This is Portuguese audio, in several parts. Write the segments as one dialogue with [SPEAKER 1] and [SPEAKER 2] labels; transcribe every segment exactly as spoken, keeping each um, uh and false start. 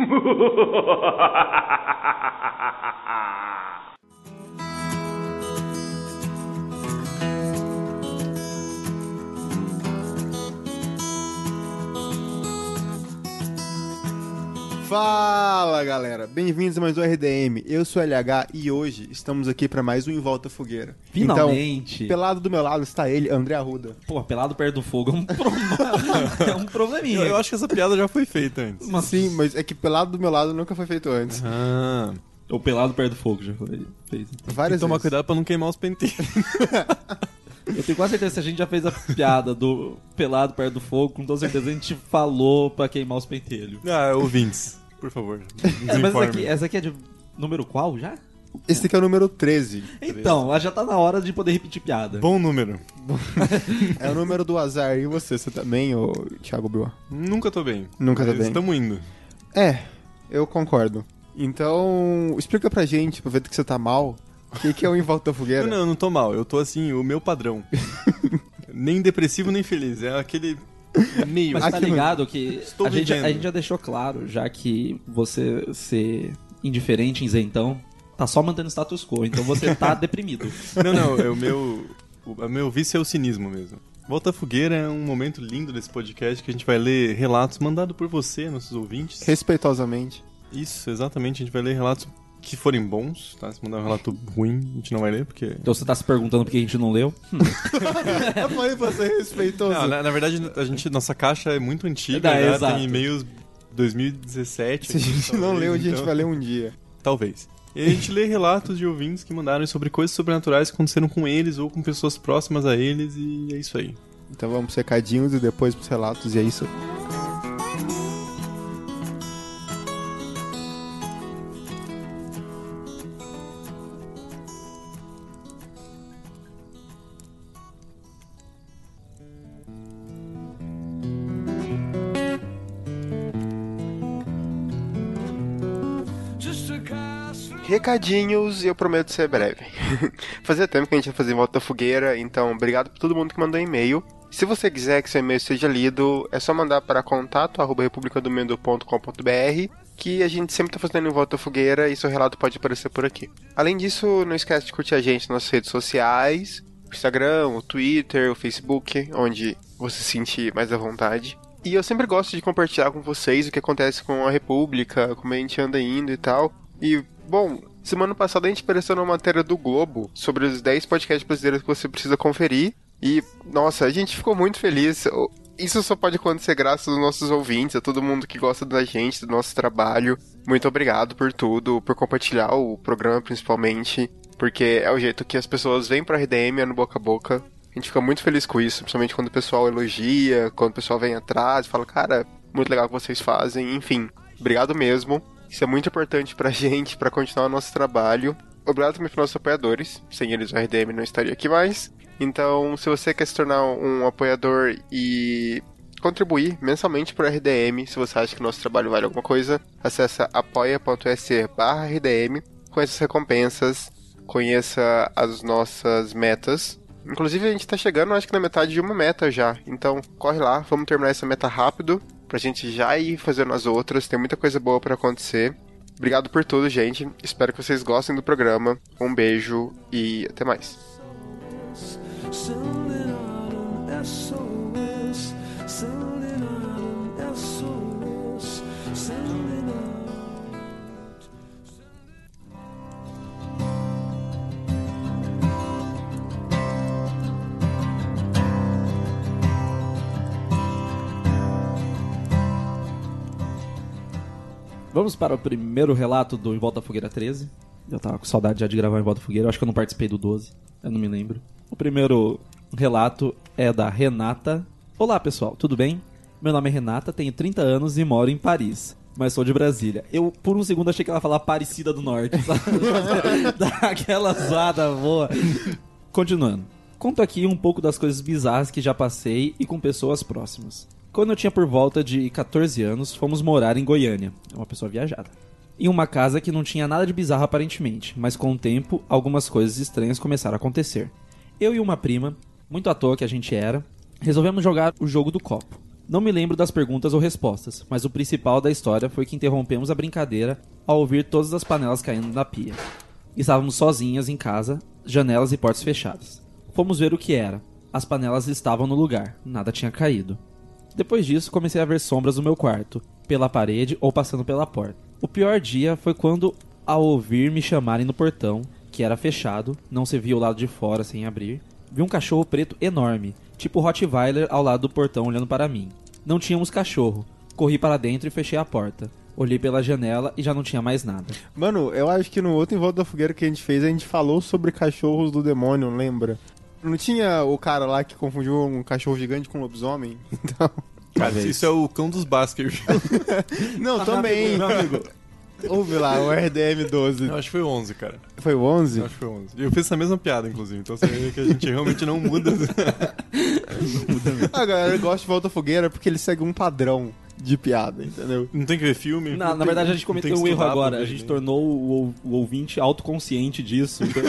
[SPEAKER 1] Fala galera, bem-vindos a mais um R D M, eu sou o L H e hoje estamos aqui para mais um Em Volta Fogueira.
[SPEAKER 2] Finalmente!
[SPEAKER 1] Então, pelado do meu lado está ele, André Arruda.
[SPEAKER 2] Pô, pelado perto do fogo é um, problema, é um probleminha.
[SPEAKER 3] Eu, eu acho que essa piada já foi feita antes.
[SPEAKER 1] Mas... Sim, mas é que pelado do meu lado nunca foi feito antes.
[SPEAKER 3] Ah...
[SPEAKER 2] O pelado perto do fogo já foi feito.
[SPEAKER 1] Várias
[SPEAKER 3] Tem que tomar
[SPEAKER 1] vezes.
[SPEAKER 3] cuidado pra não queimar os penteiros.
[SPEAKER 2] Eu tenho quase certeza que se a gente já fez a piada do pelado perto do fogo, com toda certeza a gente falou pra queimar os pentelhos.
[SPEAKER 3] Ah, ouvintes, por favor.
[SPEAKER 2] É, mas essa aqui, essa aqui é de número qual já?
[SPEAKER 1] Esse aqui é o número treze.
[SPEAKER 2] Então, já tá na hora de poder repetir piada.
[SPEAKER 3] Bom número.
[SPEAKER 1] É o número do azar. E você? Você também, ô Thiago Bill?
[SPEAKER 3] Nunca tô bem.
[SPEAKER 1] Nunca tô
[SPEAKER 3] mas
[SPEAKER 1] bem.
[SPEAKER 3] Estamos indo.
[SPEAKER 1] É, eu concordo. Então, explica pra gente, aproveita que você tá mal, o que, que é o Em Volta Fogueira?
[SPEAKER 3] Não, não, não tô mal. Eu tô assim, o meu padrão. Nem depressivo, nem feliz. É aquele meio.
[SPEAKER 2] Mas tá
[SPEAKER 1] Aqui,
[SPEAKER 2] ligado que
[SPEAKER 3] estou
[SPEAKER 2] a gente,
[SPEAKER 3] vivendo.
[SPEAKER 2] a gente já deixou claro, já que você ser indiferente, isentão, tá só mantendo o status quo, então você tá deprimido.
[SPEAKER 3] Não, não, é o meu, o, o meu vício é o cinismo mesmo. Volta Fogueira é um momento lindo desse podcast que a gente vai ler relatos mandados por você, nossos ouvintes.
[SPEAKER 1] Respeitosamente.
[SPEAKER 3] Isso, exatamente. A gente vai ler relatos que forem bons, tá? Se mandar um relato ruim, a gente não vai ler, porque...
[SPEAKER 2] Então você tá se perguntando por que a gente não leu?
[SPEAKER 1] Eu falei pra ser respeitoso.
[SPEAKER 3] Não, na, na verdade, a gente, nossa caixa é muito antiga,
[SPEAKER 2] É,
[SPEAKER 3] né?
[SPEAKER 2] exato.
[SPEAKER 3] Tem e-mails dois mil e dezessete.
[SPEAKER 1] Se a gente
[SPEAKER 3] talvez,
[SPEAKER 1] não leu, a gente
[SPEAKER 3] então-
[SPEAKER 1] vai ler um dia.
[SPEAKER 3] Talvez. E a gente lê relatos de ouvintes que mandaram sobre coisas sobrenaturais que aconteceram com eles ou com pessoas próximas a eles, e é isso aí.
[SPEAKER 1] Então vamos pros recadinhos e depois pros relatos, e é isso. Recadinhos, e eu prometo ser breve. Fazia tempo que a gente ia fazer Em Volta Fogueira, então obrigado por todo mundo que mandou e-mail. Se você quiser que seu e-mail seja lido, é só mandar para contato arroba republicadomendo ponto com ponto br, que a gente sempre tá fazendo Em Volta Fogueira e seu relato pode aparecer por aqui. Além disso, não esquece de curtir a gente nas redes sociais, o Instagram, o Twitter, o Facebook, onde você se sentir mais à vontade. E eu sempre gosto de compartilhar com vocês o que acontece com a República, como a gente anda indo e tal. E, bom, semana passada a gente apareceu numa matéria do Globo sobre os dez podcasts brasileiros que você precisa conferir. E, nossa, a gente ficou muito feliz. Isso só pode acontecer graças aos nossos ouvintes, a todo mundo que gosta da gente, do nosso trabalho. Muito obrigado por tudo, por compartilhar o programa principalmente, porque é o jeito que as pessoas vêm pra R D M, é no boca a boca. A gente fica muito feliz com isso, principalmente quando o pessoal elogia, quando o pessoal vem atrás e fala, cara, muito legal o que vocês fazem, enfim. Obrigado mesmo. Isso é muito importante pra gente, pra continuar o nosso trabalho. Obrigado também para nossos apoiadores. Sem eles o R D M não estaria aqui mais. Então, se você quer se tornar um apoiador e contribuir mensalmente para o R D M, se você acha que o nosso trabalho vale alguma coisa, acesse apoia.se barra RDM, conheça as recompensas, conheça as nossas metas. Inclusive, a gente tá chegando, acho que na metade de uma meta já. Então, corre lá, vamos terminar essa meta rápido, pra gente já ir fazendo as outras. Tem muita coisa boa pra acontecer. Obrigado por tudo, gente. Espero que vocês gostem do programa. Um beijo e até mais.
[SPEAKER 2] Vamos para o primeiro relato do Em Volta Fogueira treze. Eu tava com saudade já de gravar Em Volta Fogueira. Eu acho que eu não participei do doze. Eu não me lembro. O primeiro relato é da Renata. Olá, pessoal. Tudo bem? Meu nome é Renata, tenho trinta anos e moro em Paris. Mas sou de Brasília. Eu, por um segundo, achei que ela ia falar Aparecida do Norte, sabe? Daquela zoada boa. Continuando. Conto aqui um pouco das coisas bizarras que já passei e com pessoas próximas. Quando eu tinha por volta de catorze anos, fomos morar em Goiânia. É uma pessoa viajada. Em uma casa que não tinha nada de bizarro aparentemente, mas com o tempo, algumas coisas estranhas começaram a acontecer. Eu e uma prima, muito à toa que a gente era, resolvemos jogar o jogo do copo. Não me lembro das perguntas ou respostas, mas o principal da história foi que interrompemos a brincadeira ao ouvir todas as panelas caindo na pia. Estávamos sozinhas em casa, janelas e portas fechadas. Fomos ver o que era. As panelas estavam no lugar, nada tinha caído. Depois disso, comecei a ver sombras no meu quarto, pela parede ou passando pela porta. O pior dia foi quando, ao ouvir me chamarem no portão, que era fechado, não se via o lado de fora sem abrir, vi um cachorro preto enorme, tipo Rottweiler, ao lado do portão olhando para mim. Não tínhamos cachorro. Corri para dentro e fechei a porta. Olhei pela janela e já não tinha mais nada.
[SPEAKER 4] Mano, eu acho que no outro Em Volta da Fogueira que a gente fez, a gente falou sobre cachorros do demônio, lembra? Não tinha o cara lá que confundiu um cachorro gigante com um lobisomem? Então...
[SPEAKER 3] Cara, isso é o cão dos Baskerville.
[SPEAKER 4] Não, também.
[SPEAKER 2] Meu amigo.
[SPEAKER 4] Ouve lá, o R D M doze.
[SPEAKER 3] Eu acho que foi o onze, cara.
[SPEAKER 4] Foi o onze?
[SPEAKER 3] Eu acho que foi o onze. E eu fiz essa mesma piada, inclusive. Então você vê que a gente realmente não muda.
[SPEAKER 2] Não muda mesmo.
[SPEAKER 4] A galera gosta de Volta à Fogueira porque ele segue um padrão de piada, entendeu?
[SPEAKER 3] Não tem que ver filme.
[SPEAKER 2] Na, na verdade, a gente cometeu um erro agora. A gente
[SPEAKER 3] né?
[SPEAKER 2] tornou o, o ouvinte autoconsciente disso. Então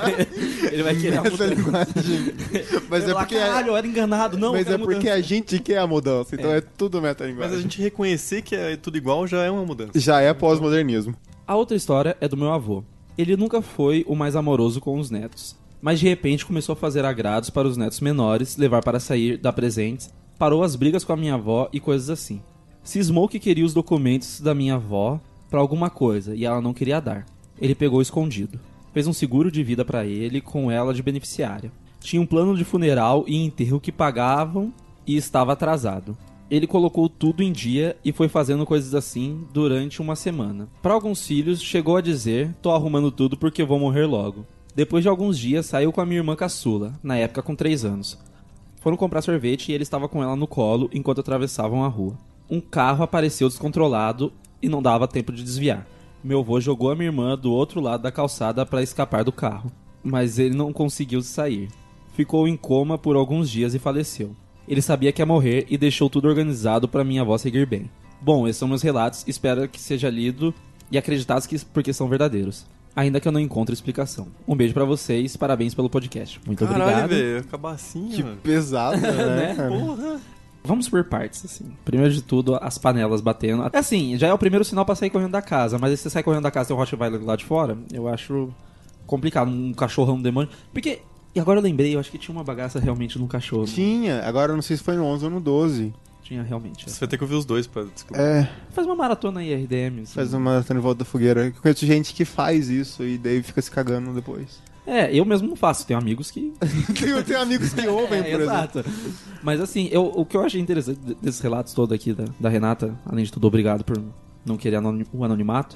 [SPEAKER 2] ele vai querer a
[SPEAKER 4] Essa
[SPEAKER 2] mudança.
[SPEAKER 4] linguagem. Mas é
[SPEAKER 2] Lá,
[SPEAKER 4] porque...
[SPEAKER 2] caralho, eu era enganado. Não,
[SPEAKER 4] Mas
[SPEAKER 2] eu
[SPEAKER 4] é
[SPEAKER 2] quero
[SPEAKER 4] porque
[SPEAKER 2] mudança.
[SPEAKER 4] a gente quer a mudança, então é,
[SPEAKER 2] É.
[SPEAKER 4] é tudo metalinguagem.
[SPEAKER 3] Mas a gente reconhecer que é tudo igual já é uma mudança.
[SPEAKER 4] Já é pós-modernismo.
[SPEAKER 2] A outra história é do meu avô. Ele nunca foi o mais amoroso com os netos, mas de repente começou a fazer agrados para os netos menores, levar para sair, dar presentes, parou as brigas com a minha avó e coisas assim. Cismou que queria os documentos da minha avó para alguma coisa e ela não queria dar. Ele pegou escondido. Fez um seguro de vida para ele com ela de beneficiária. Tinha um plano de funeral e enterro que pagavam e estava atrasado. Ele colocou tudo em dia e foi fazendo coisas assim durante uma semana. Para alguns filhos, chegou a dizer: tô arrumando tudo porque vou morrer logo. Depois de alguns dias, saiu com a minha irmã caçula, na época com três anos. Foram comprar sorvete e ele estava com ela no colo enquanto atravessavam a rua. Um carro apareceu descontrolado e não dava tempo de desviar. Meu avô jogou a minha irmã do outro lado da calçada para escapar do carro, mas ele não conseguiu sair. Ficou em coma por alguns dias e faleceu. Ele sabia que ia morrer e deixou tudo organizado para minha avó seguir bem. Bom, esses são meus relatos, espero que seja lido e acreditado que, porque são verdadeiros. Ainda que eu não encontre explicação. Um beijo pra vocês, parabéns pelo podcast. Muito
[SPEAKER 3] Caralho,
[SPEAKER 2] obrigado.
[SPEAKER 3] velho, acabar assim,
[SPEAKER 4] Que
[SPEAKER 3] mano.
[SPEAKER 4] pesado, né?
[SPEAKER 2] Né?
[SPEAKER 4] cara?
[SPEAKER 3] Porra.
[SPEAKER 2] Vamos por partes, assim. Primeiro de tudo, as panelas batendo. Assim, já é o primeiro sinal pra sair correndo da casa, mas se você sai correndo da casa e tem um Rottweiler lá de fora, eu acho complicado. Um cachorrão do demônio. Porque, e agora eu lembrei, eu acho que tinha uma bagaça realmente no cachorro.
[SPEAKER 4] Tinha, agora eu não sei se foi no onze ou no doze.
[SPEAKER 2] Tinha realmente.
[SPEAKER 3] Você vai ter que ouvir os dois pra descobrir.
[SPEAKER 4] É,
[SPEAKER 2] Faz uma maratona aí, R D M. assim.
[SPEAKER 4] faz uma maratona em Volta da Fogueira. Eu conheço gente que faz isso e daí fica se cagando depois.
[SPEAKER 2] É, eu mesmo não faço. Tenho amigos que
[SPEAKER 4] Tenho, tenho amigos que ouvem,
[SPEAKER 2] É,
[SPEAKER 4] por exemplo.
[SPEAKER 2] exato. Mas assim, eu, o que eu achei interessante desses relatos todos aqui da, da Renata, além de tudo, obrigado por não querer anoni- o anonimato,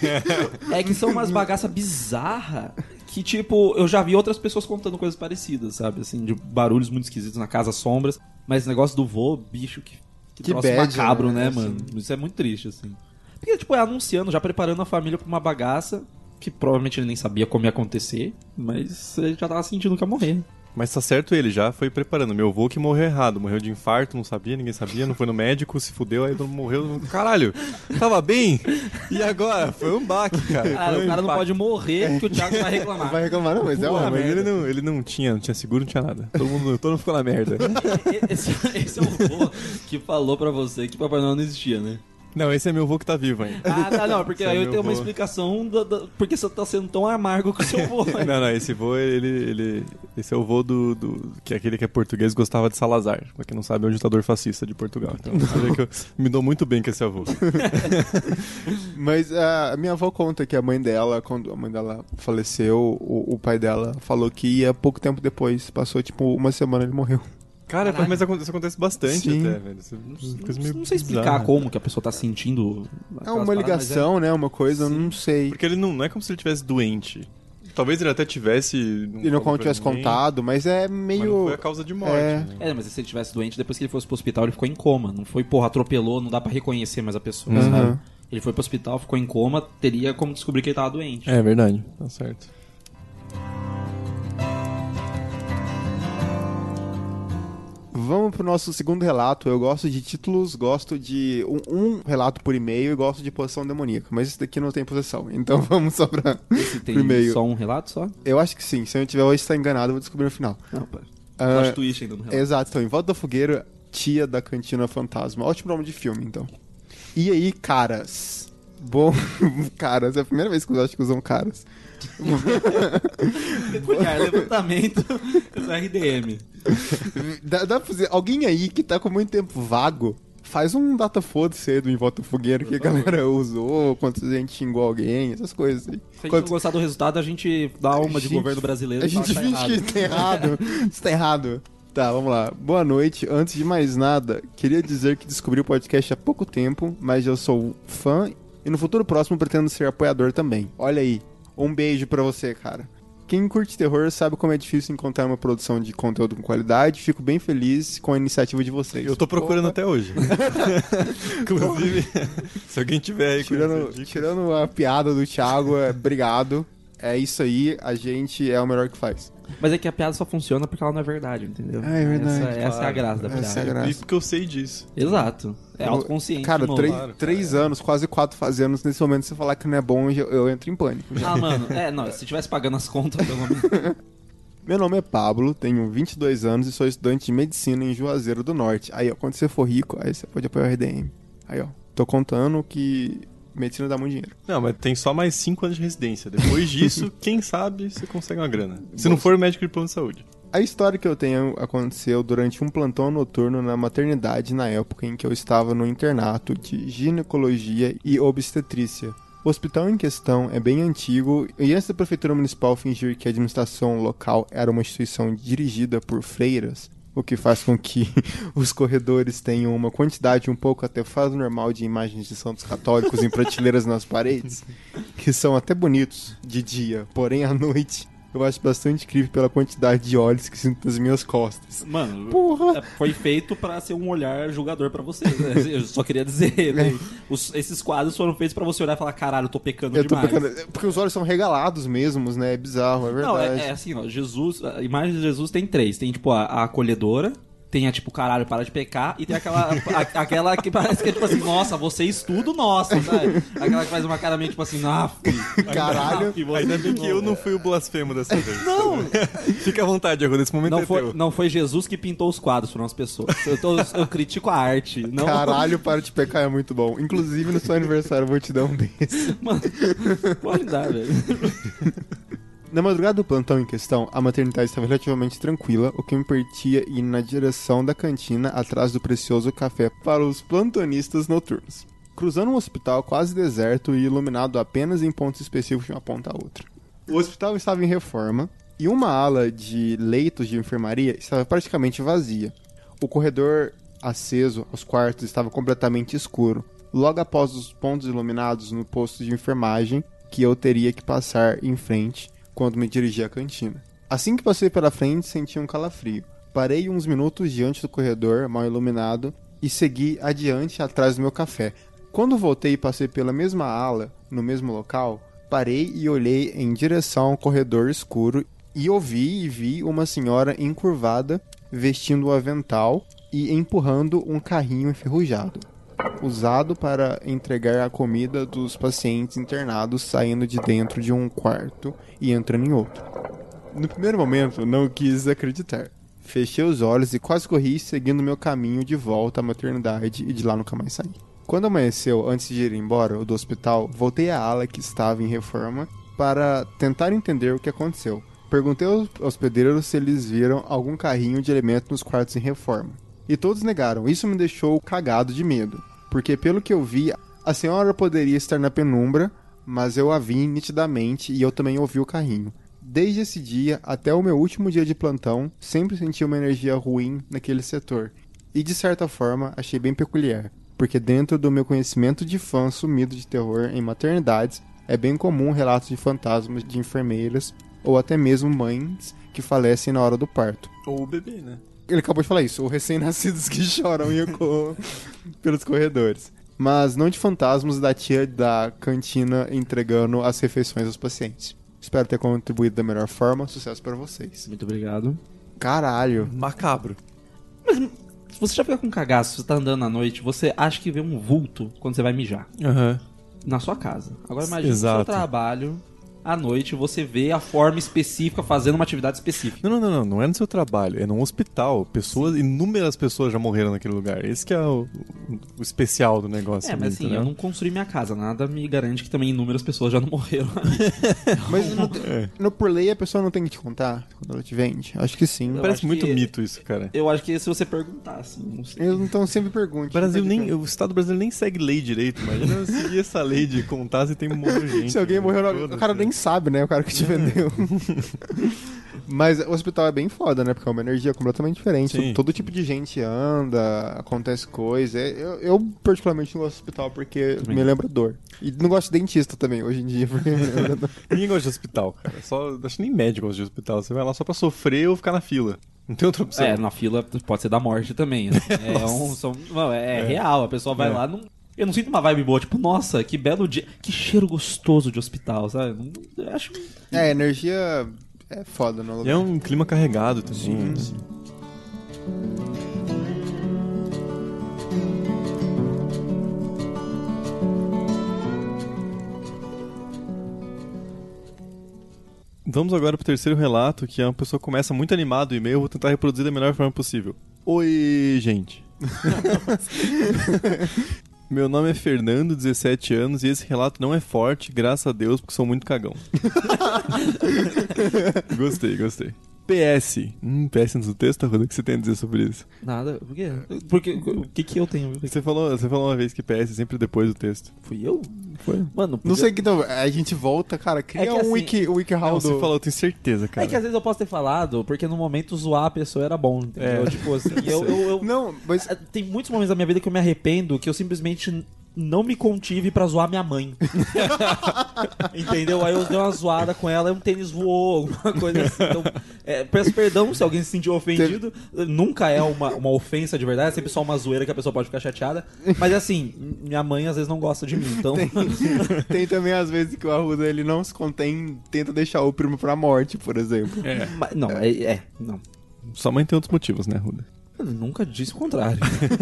[SPEAKER 2] é que são umas bagaças bizarras que, tipo, eu já vi outras pessoas contando coisas parecidas, sabe? Assim, de barulhos muito esquisitos na casa, sombras. Mas esse negócio do vô, bicho, que, que,
[SPEAKER 4] Que
[SPEAKER 2] troço
[SPEAKER 4] bad,
[SPEAKER 2] macabro,
[SPEAKER 4] né?
[SPEAKER 2] né, mano? Isso é muito triste, assim. Porque, tipo, é anunciando, já preparando a família pra uma bagaça que provavelmente ele nem sabia como ia acontecer, mas ele já tava sentindo que ia morrer.
[SPEAKER 3] Mas tá certo, ele já foi preparando. Meu avô que morreu errado, morreu de infarto, não sabia, ninguém sabia, não foi no médico, se fudeu, aí todo mundo morreu. Caralho, tava bem? E agora? Foi um baque, cara.
[SPEAKER 2] Cara,
[SPEAKER 3] Foi
[SPEAKER 2] o cara
[SPEAKER 3] um
[SPEAKER 2] não pode morrer que o Thiago vai reclamar.
[SPEAKER 4] Vai reclamar, não, mas é
[SPEAKER 3] Pô,
[SPEAKER 4] uma
[SPEAKER 3] mas
[SPEAKER 4] merda.
[SPEAKER 3] ele não, ele não tinha, não tinha seguro, não tinha nada. Todo mundo, todo mundo ficou na merda.
[SPEAKER 2] Esse, esse é o vô que falou pra você que Papai Noel não existia, né?
[SPEAKER 3] Não, esse é meu avô que tá vivo ainda.
[SPEAKER 2] Ah, tá, não, porque
[SPEAKER 3] Esse é
[SPEAKER 2] aí eu
[SPEAKER 3] meu
[SPEAKER 2] tenho uma
[SPEAKER 3] vô.
[SPEAKER 2] explicação da, da, porque você tá sendo tão amargo com o seu vô.
[SPEAKER 3] Não, não, esse vô, ele, ele... Esse é o vô do, do... Que é aquele que é português gostava de Salazar. Pra quem não sabe, é um ditador fascista de Portugal. Então, você vê que eu me dou muito bem com esse avô.
[SPEAKER 4] Mas a minha avó conta que a mãe dela, quando a mãe dela faleceu, o, o pai dela falou que ia pouco tempo depois. Passou, tipo, uma semana e ele morreu.
[SPEAKER 3] Cara,
[SPEAKER 2] Caralho.
[SPEAKER 3] mas aconte- isso acontece bastante
[SPEAKER 4] Sim.
[SPEAKER 3] até, velho. Isso é uma coisa meio
[SPEAKER 2] Não sei explicar
[SPEAKER 3] bizarra.
[SPEAKER 2] como que a pessoa tá sentindo.
[SPEAKER 4] É
[SPEAKER 2] aquelas
[SPEAKER 4] uma
[SPEAKER 2] paradas,
[SPEAKER 4] ligação, né? Uma coisa, eu
[SPEAKER 2] Sim.
[SPEAKER 4] não sei.
[SPEAKER 3] Porque ele não, não é como se ele tivesse doente. Talvez ele até tivesse...
[SPEAKER 4] E não
[SPEAKER 3] falou pra
[SPEAKER 4] tivesse
[SPEAKER 3] ninguém,
[SPEAKER 4] contado, mas é
[SPEAKER 3] Mas não
[SPEAKER 4] meio...
[SPEAKER 3] foi a causa de morte,
[SPEAKER 4] É.
[SPEAKER 3] né?
[SPEAKER 2] mas É, é, mas se ele tivesse doente, depois que ele fosse pro hospital, ele ficou em coma. Não foi, porra, atropelou, não dá pra reconhecer mais a pessoa,
[SPEAKER 4] Uhum.
[SPEAKER 2] sabe? Ele foi pro hospital, ficou em coma, teria como descobrir que ele tava doente.
[SPEAKER 3] É verdade, tá certo.
[SPEAKER 4] Vamos pro nosso segundo relato. Eu gosto de títulos, gosto de um, um relato por e-mail e gosto de posição demoníaca. Mas esse daqui não tem posição, então vamos só pra
[SPEAKER 2] Esse tem
[SPEAKER 4] pro e-mail.
[SPEAKER 2] só um relato só?
[SPEAKER 4] Eu acho que sim. Se eu tiver hoje está enganado, eu vou descobrir no final.
[SPEAKER 2] Não, pá.
[SPEAKER 4] Ah,
[SPEAKER 2] Plot twist ainda no relato.
[SPEAKER 4] Exato. Então, em Volta da Fogueira, Tia da Cantina Fantasma. Ótimo nome de filme, então. E aí, caras? Bom, caras, é a primeira vez que eu acho que usam caras.
[SPEAKER 2] Peculiar, levantamento do R D M.
[SPEAKER 4] Dá, dá pra fazer. Alguém aí que tá com muito tempo vago, faz um data foda-se aí do Em Volta Fogueira que a galera usou, quanto a gente xingou alguém, essas coisas aí.
[SPEAKER 2] Se a gente
[SPEAKER 4] Quanto...
[SPEAKER 2] não gostar do resultado, a gente dá uma de
[SPEAKER 4] gente,
[SPEAKER 2] governo brasileiro.
[SPEAKER 4] A gente finge que tá errado. Isso tá errado. Tá, vamos lá. Boa noite. Antes de mais nada, queria dizer que descobri o podcast há pouco tempo, mas eu sou fã e no futuro próximo pretendo ser apoiador também. Olha aí. Um beijo pra você, cara. Quem curte terror sabe como é difícil encontrar uma produção de conteúdo com qualidade. Fico bem feliz com a iniciativa de vocês.
[SPEAKER 3] Eu tô procurando
[SPEAKER 4] Opa.
[SPEAKER 3] até hoje. Inclusive, se alguém tiver aí...
[SPEAKER 4] Tirando, tirando a piada do Thiago, é, obrigado. É isso aí, a gente é o melhor que faz.
[SPEAKER 2] Mas é que a piada só funciona porque ela não é verdade, entendeu?
[SPEAKER 4] Ah, é verdade,
[SPEAKER 2] Essa, essa é a graça da piada.
[SPEAKER 4] Essa é a graça.
[SPEAKER 3] Isso porque eu sei disso.
[SPEAKER 2] Exato. É autoconsciente.
[SPEAKER 4] Cara,
[SPEAKER 2] de
[SPEAKER 4] três,
[SPEAKER 3] Claro,
[SPEAKER 4] três
[SPEAKER 3] cara.
[SPEAKER 4] anos, quase quatro fazendo anos, nesse momento você falar que não é bom, eu, eu entro em pânico.
[SPEAKER 2] Ah, mano, é, não, se tivesse pagando as contas, pelo menos.
[SPEAKER 4] Meu nome é Pablo, tenho vinte e dois anos e sou estudante de medicina em Juazeiro do Norte. Aí, ó, quando você for rico, aí você pode apoiar o R D M. Aí, ó, tô contando que medicina dá muito dinheiro.
[SPEAKER 3] Não, mas tem só mais cinco anos de residência. Depois disso, quem sabe você consegue uma grana. Se não for médico de plano de saúde.
[SPEAKER 4] A história que eu tenho aconteceu durante um plantão noturno na maternidade na época em que eu estava no internato de ginecologia e obstetrícia. O hospital em questão é bem antigo e antes da prefeitura municipal fingir que a administração local era uma instituição dirigida por freiras, o que faz com que os corredores tenham uma quantidade um pouco até fora do normal de imagens de santos católicos em prateleiras nas paredes, que são até bonitos de dia, porém à noite eu acho bastante incrível pela quantidade de olhos que sinto nas minhas costas.
[SPEAKER 2] Mano,
[SPEAKER 4] Porra!
[SPEAKER 2] é, foi feito pra ser um olhar julgador pra você, né? Eu só queria dizer, né? Os- esses quadros foram feitos pra você olhar e falar, caralho, eu tô pecando
[SPEAKER 4] Eu tô
[SPEAKER 2] demais.
[SPEAKER 4] pecando, porque os olhos são regalados mesmos, né? É bizarro, é
[SPEAKER 2] Não,
[SPEAKER 4] verdade.
[SPEAKER 2] é, é assim, ó, Jesus, a imagem de Jesus tem três. Tem, tipo, a, a acolhedora, tem a, tipo, caralho, para de pecar, e tem aquela, a- aquela que parece que é, tipo assim, nossa, você estuda, nossa, sabe? Aquela que faz uma cara meio, tipo assim, ah,
[SPEAKER 4] Caralho,
[SPEAKER 3] Ainda bem que eu não fui o blasfemo dessa vez.
[SPEAKER 2] Não,
[SPEAKER 3] Fica à vontade, agora esse momento
[SPEAKER 2] não
[SPEAKER 3] é
[SPEAKER 2] foi,
[SPEAKER 3] teu.
[SPEAKER 2] não foi Jesus que pintou os quadros para umas pessoas. Eu, tô- eu critico a arte. Não,
[SPEAKER 4] Caralho, para de pecar é muito bom. Inclusive, no seu aniversário eu vou te dar um desse.
[SPEAKER 2] Mano, pode dar, velho.
[SPEAKER 4] Na madrugada do plantão em questão, a maternidade estava relativamente tranquila, o que me permitia ir na direção da cantina atrás do precioso café para os plantonistas noturnos. Cruzando um hospital quase deserto e iluminado apenas em pontos específicos de uma ponta a outra. O hospital estava em reforma e uma ala de leitos de enfermaria estava praticamente vazia. O corredor aceso aos quartos estava completamente escuro. Logo após os pontos iluminados no posto de enfermagem, que eu teria que passar em frente quando me dirigi à cantina. Assim que passei pela frente, senti um calafrio. Parei uns minutos diante do corredor, mal iluminado, e segui adiante atrás do meu café. Quando voltei e passei pela mesma ala, no mesmo local, parei e olhei em direção ao corredor escuro e ouvi e vi uma senhora encurvada, vestindo um avental e empurrando um carrinho enferrujado, usado para entregar a comida dos pacientes internados saindo de dentro de um quarto e entrando em outro. No primeiro momento, não quis acreditar. Fechei os olhos e quase corri seguindo meu caminho de volta à maternidade e de lá nunca mais saí. Quando amanheceu, antes de ir embora do hospital, voltei à ala que estava em reforma para tentar entender o que aconteceu. Perguntei aos hospedeiros se eles viram algum carrinho de alimento nos quartos em reforma. E todos negaram. Isso me deixou cagado de medo, porque pelo que eu vi, a senhora poderia estar na penumbra, mas eu a vi nitidamente e eu também ouvi o carrinho. Desde esse dia até o meu último dia de plantão, sempre senti uma energia ruim naquele setor. E de certa forma, achei bem peculiar, porque dentro do meu conhecimento de fã sumido de terror em maternidades, é bem comum relatos de fantasmas de enfermeiras ou até mesmo mães que falecem na hora do parto.
[SPEAKER 3] Ou o bebê, né?
[SPEAKER 4] Ele acabou de falar isso, ou recém-nascidos que choram e ecoam pelos corredores. Mas não de fantasmas da tia da cantina entregando as refeições aos pacientes. Espero ter contribuído da melhor forma. Sucesso pra vocês.
[SPEAKER 2] Muito obrigado.
[SPEAKER 4] Caralho.
[SPEAKER 3] Macabro.
[SPEAKER 2] Se você já fica com cagaço, você tá andando à noite, você acha que vê um vulto quando você vai mijar.
[SPEAKER 3] Aham.
[SPEAKER 2] Na sua casa. Agora imagina no seu
[SPEAKER 3] Exato.
[SPEAKER 2] trabalho, à noite você vê a forma específica fazendo uma atividade específica.
[SPEAKER 3] Não, não, não, não, não é no seu trabalho, é num hospital. Pessoas, inúmeras pessoas já morreram naquele lugar. Esse que é o, o especial do negócio.
[SPEAKER 2] É,
[SPEAKER 3] ali,
[SPEAKER 2] mas assim,
[SPEAKER 3] entendeu?
[SPEAKER 2] eu não construí minha casa, nada me garante que também inúmeras pessoas já não morreram.
[SPEAKER 4] Mas no,
[SPEAKER 3] É.
[SPEAKER 4] no por lei a pessoa não tem que te contar quando ela te vende? Acho que sim.
[SPEAKER 2] Eu
[SPEAKER 3] Parece
[SPEAKER 2] acho
[SPEAKER 3] muito
[SPEAKER 2] que-
[SPEAKER 3] mito isso, cara.
[SPEAKER 2] Eu acho que se você perguntar, assim, não sei.
[SPEAKER 4] Eu então sempre pergunto.
[SPEAKER 3] O Brasil nem, o Estado brasileiro nem segue lei direito, imagina eu seguir essa lei de contar se tem morreu gente.
[SPEAKER 4] Se alguém morreu, o
[SPEAKER 3] Foda-se.
[SPEAKER 4] cara nem sabe, né? O cara que te vendeu. Mas o hospital é bem foda, né? Porque é uma energia completamente diferente.
[SPEAKER 3] Sim.
[SPEAKER 4] Todo tipo de gente anda, acontece coisa. Eu, eu particularmente não gosto de hospital porque
[SPEAKER 2] Também.
[SPEAKER 4] me lembra dor. E não gosto de dentista também, hoje em dia, porque me lembra dor.
[SPEAKER 3] Ninguém gosta de hospital, cara. Só, acho que nem médico gosta de hospital. Você vai lá só pra sofrer ou ficar na fila. Não tem outra opção.
[SPEAKER 2] É, na fila pode ser da morte também. Assim. É, um, são, não, é,
[SPEAKER 3] É.
[SPEAKER 2] real, a pessoa vai
[SPEAKER 3] É.
[SPEAKER 2] lá, não, eu não sinto uma vibe boa, tipo, nossa, que belo dia, que cheiro gostoso de hospital, sabe? Não, eu acho.
[SPEAKER 4] É, energia é foda no
[SPEAKER 3] E
[SPEAKER 4] lugar.
[SPEAKER 3] é um clima carregado também.
[SPEAKER 4] Sim.
[SPEAKER 3] Vamos agora pro terceiro relato, que é uma pessoa que começa muito animado o e-mail. Eu vou tentar reproduzir da melhor forma possível. Oi, gente. Meu nome é Fernando, dezessete anos, e esse relato não é forte, graças a Deus, porque sou muito cagão. Gostei, gostei. P S. Hum, P S antes do texto, Arruda, o que você tem a dizer sobre isso?
[SPEAKER 2] Nada, por quê? Porque, o que que eu tenho?
[SPEAKER 3] Você falou, você falou uma vez que P S é sempre depois do texto.
[SPEAKER 2] Fui eu?
[SPEAKER 3] Foi?
[SPEAKER 2] Mano,
[SPEAKER 4] Não sei que então, a gente volta, cara, cria
[SPEAKER 2] É que
[SPEAKER 4] um
[SPEAKER 2] assim-
[SPEAKER 4] wiki, um wiki
[SPEAKER 3] Não,
[SPEAKER 4] how
[SPEAKER 3] você
[SPEAKER 4] do...
[SPEAKER 3] falou, eu tenho certeza, cara.
[SPEAKER 2] É que às vezes eu posso ter falado, porque no momento zoar a pessoa era bom, entendeu?
[SPEAKER 3] É.
[SPEAKER 2] Tipo assim, eu, eu, eu-
[SPEAKER 4] Não, mas
[SPEAKER 2] Ah, tem muitos momentos da minha vida que eu me arrependo que eu simplesmente n- não me contive pra zoar minha mãe. Entendeu? Aí eu dei uma zoada com ela e um tênis voou, alguma coisa assim. Então, é, peço perdão se alguém se sentiu ofendido. Nunca é uma, uma ofensa de verdade, é sempre só uma zoeira que a pessoa pode ficar chateada. Mas assim, minha mãe às vezes não gosta de mim, então.
[SPEAKER 4] tem também às vezes que o Arruda ele não se contém, tenta deixar o primo pra morte, por exemplo.
[SPEAKER 3] É.
[SPEAKER 2] Mas- não, é, é, não.
[SPEAKER 3] Sua mãe tem outros motivos, né, Ruda?
[SPEAKER 2] Eu nunca disse o contrário.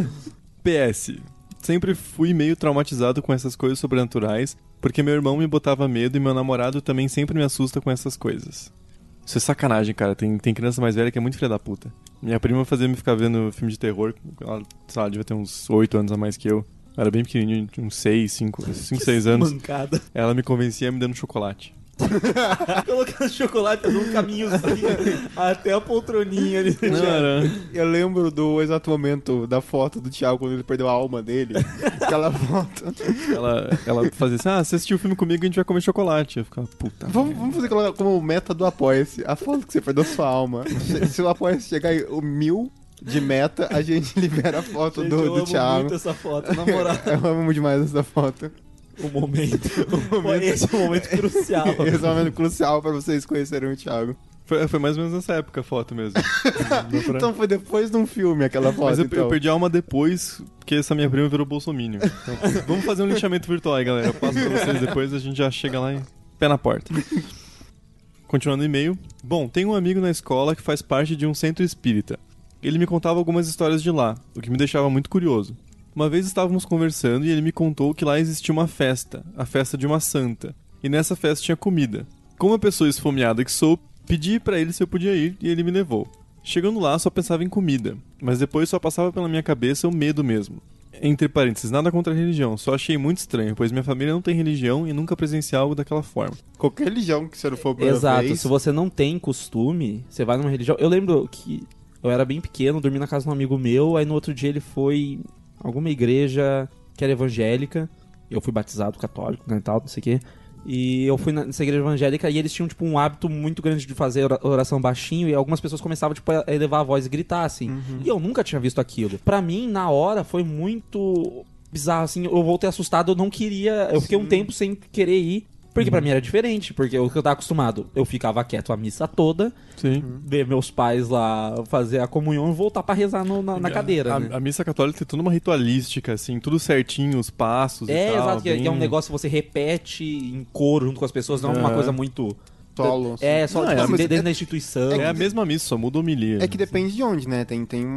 [SPEAKER 3] P S. Sempre fui meio traumatizado com essas coisas sobrenaturais, porque meu irmão me botava medo e meu namorado também sempre me assusta com essas coisas. Isso é sacanagem, cara. Tem, tem criança mais velha que é muito filha da puta. Minha prima fazia me ficar vendo filme de terror. Ela, sei lá, devia ter uns oito anos a mais que eu. Eu era bem pequenininho, tinha uns seis, cinco, seis anos.
[SPEAKER 2] Mancada.
[SPEAKER 3] Ela me convencia me dando chocolate.
[SPEAKER 2] Colocando chocolate num caminhozinho até a poltroninha ali.
[SPEAKER 3] Não, era...
[SPEAKER 4] Eu lembro do exato momento da foto do Thiago quando ele perdeu a alma dele. Aquela foto.
[SPEAKER 3] Ela, ela fazia assim, ah, você assistiu o filme comigo, a gente vai comer chocolate. Eu ficava, puta.
[SPEAKER 4] Vamos, vamos fazer aquela- como meta do Apoia-se. A foto que você perdeu sua alma. Se- Se o Apoia-se chegar em o mil de meta, a gente libera a foto
[SPEAKER 2] Gente,
[SPEAKER 4] do,
[SPEAKER 2] eu
[SPEAKER 4] do
[SPEAKER 2] amo
[SPEAKER 4] Thiago.
[SPEAKER 2] muito essa foto, na moral.
[SPEAKER 4] Eu amo demais essa foto.
[SPEAKER 2] O momento.
[SPEAKER 4] O momento-
[SPEAKER 2] Esse é o momento crucial.
[SPEAKER 4] Esse é um momento crucial pra vocês conhecerem o Thiago.
[SPEAKER 3] Foi, foi mais ou menos nessa época a foto mesmo. Dá pra-
[SPEAKER 4] Então foi depois de um filme aquela foto.
[SPEAKER 3] Mas eu,
[SPEAKER 4] então.
[SPEAKER 3] eu perdi a alma depois, porque essa minha prima virou bolsominion. Então, vamos fazer um linchamento virtual aí, galera. Eu passo pra vocês depois, a gente já chega lá e pé na porta. Continuando o e-mail. Bom, tem um amigo na escola que faz parte de um centro espírita. Ele me contava algumas histórias de lá, o que me deixava muito curioso. Uma vez estávamos conversando e ele me contou que lá existia uma festa, a festa de uma santa. E nessa festa tinha comida. Como uma pessoa esfomeada que sou, pedi pra ele se eu podia ir e ele me levou. Chegando lá, só pensava em comida, mas depois só passava pela minha cabeça o medo mesmo. Entre parênteses, nada contra a religião, só achei muito estranho, pois minha família não tem religião e nunca presenciei algo daquela forma.
[SPEAKER 4] Qualquer religião que você não for a primeira
[SPEAKER 2] Exato,
[SPEAKER 4] vez,
[SPEAKER 2] se você não tem costume, você vai numa religião. Eu lembro que eu era bem pequeno, dormi na casa de um amigo meu, aí no outro dia ele foi a alguma igreja que era evangélica. Eu fui batizado católico, né, tal, não sei o quê. E eu fui nessa igreja evangélica e eles tinham, tipo, um hábito muito grande de fazer ora- oração baixinho e algumas pessoas começavam, tipo, a elevar a voz e gritar, assim. E eu nunca tinha visto aquilo. Pra mim, na hora, foi muito bizarro, assim. Eu voltei assustado, eu não queria... Eu fiquei um tempo sem querer ir, porque pra mim era diferente. Porque o que eu tava acostumado, eu ficava quieto a missa toda,
[SPEAKER 3] Sim.
[SPEAKER 2] ver meus pais lá fazer a comunhão e voltar pra rezar no- na, na cadeira,
[SPEAKER 3] a,
[SPEAKER 2] né?
[SPEAKER 3] a missa católica tem toda uma ritualística, assim, tudo certinho, os passos e
[SPEAKER 2] É,
[SPEAKER 3] tal.
[SPEAKER 2] exato, que é-
[SPEAKER 3] bem-
[SPEAKER 2] que é um negócio que você repete em coro junto com as pessoas, não é uma
[SPEAKER 3] É.
[SPEAKER 2] coisa muito...
[SPEAKER 4] solo. assim.
[SPEAKER 2] É, só
[SPEAKER 3] Não,
[SPEAKER 2] tipo,
[SPEAKER 3] é,
[SPEAKER 2] assim,
[SPEAKER 4] mas
[SPEAKER 2] dentro
[SPEAKER 4] é-
[SPEAKER 2] da instituição.
[SPEAKER 3] É a mesma missa, só muda a homilia.
[SPEAKER 4] É que depende de onde, né? Tem, tem um-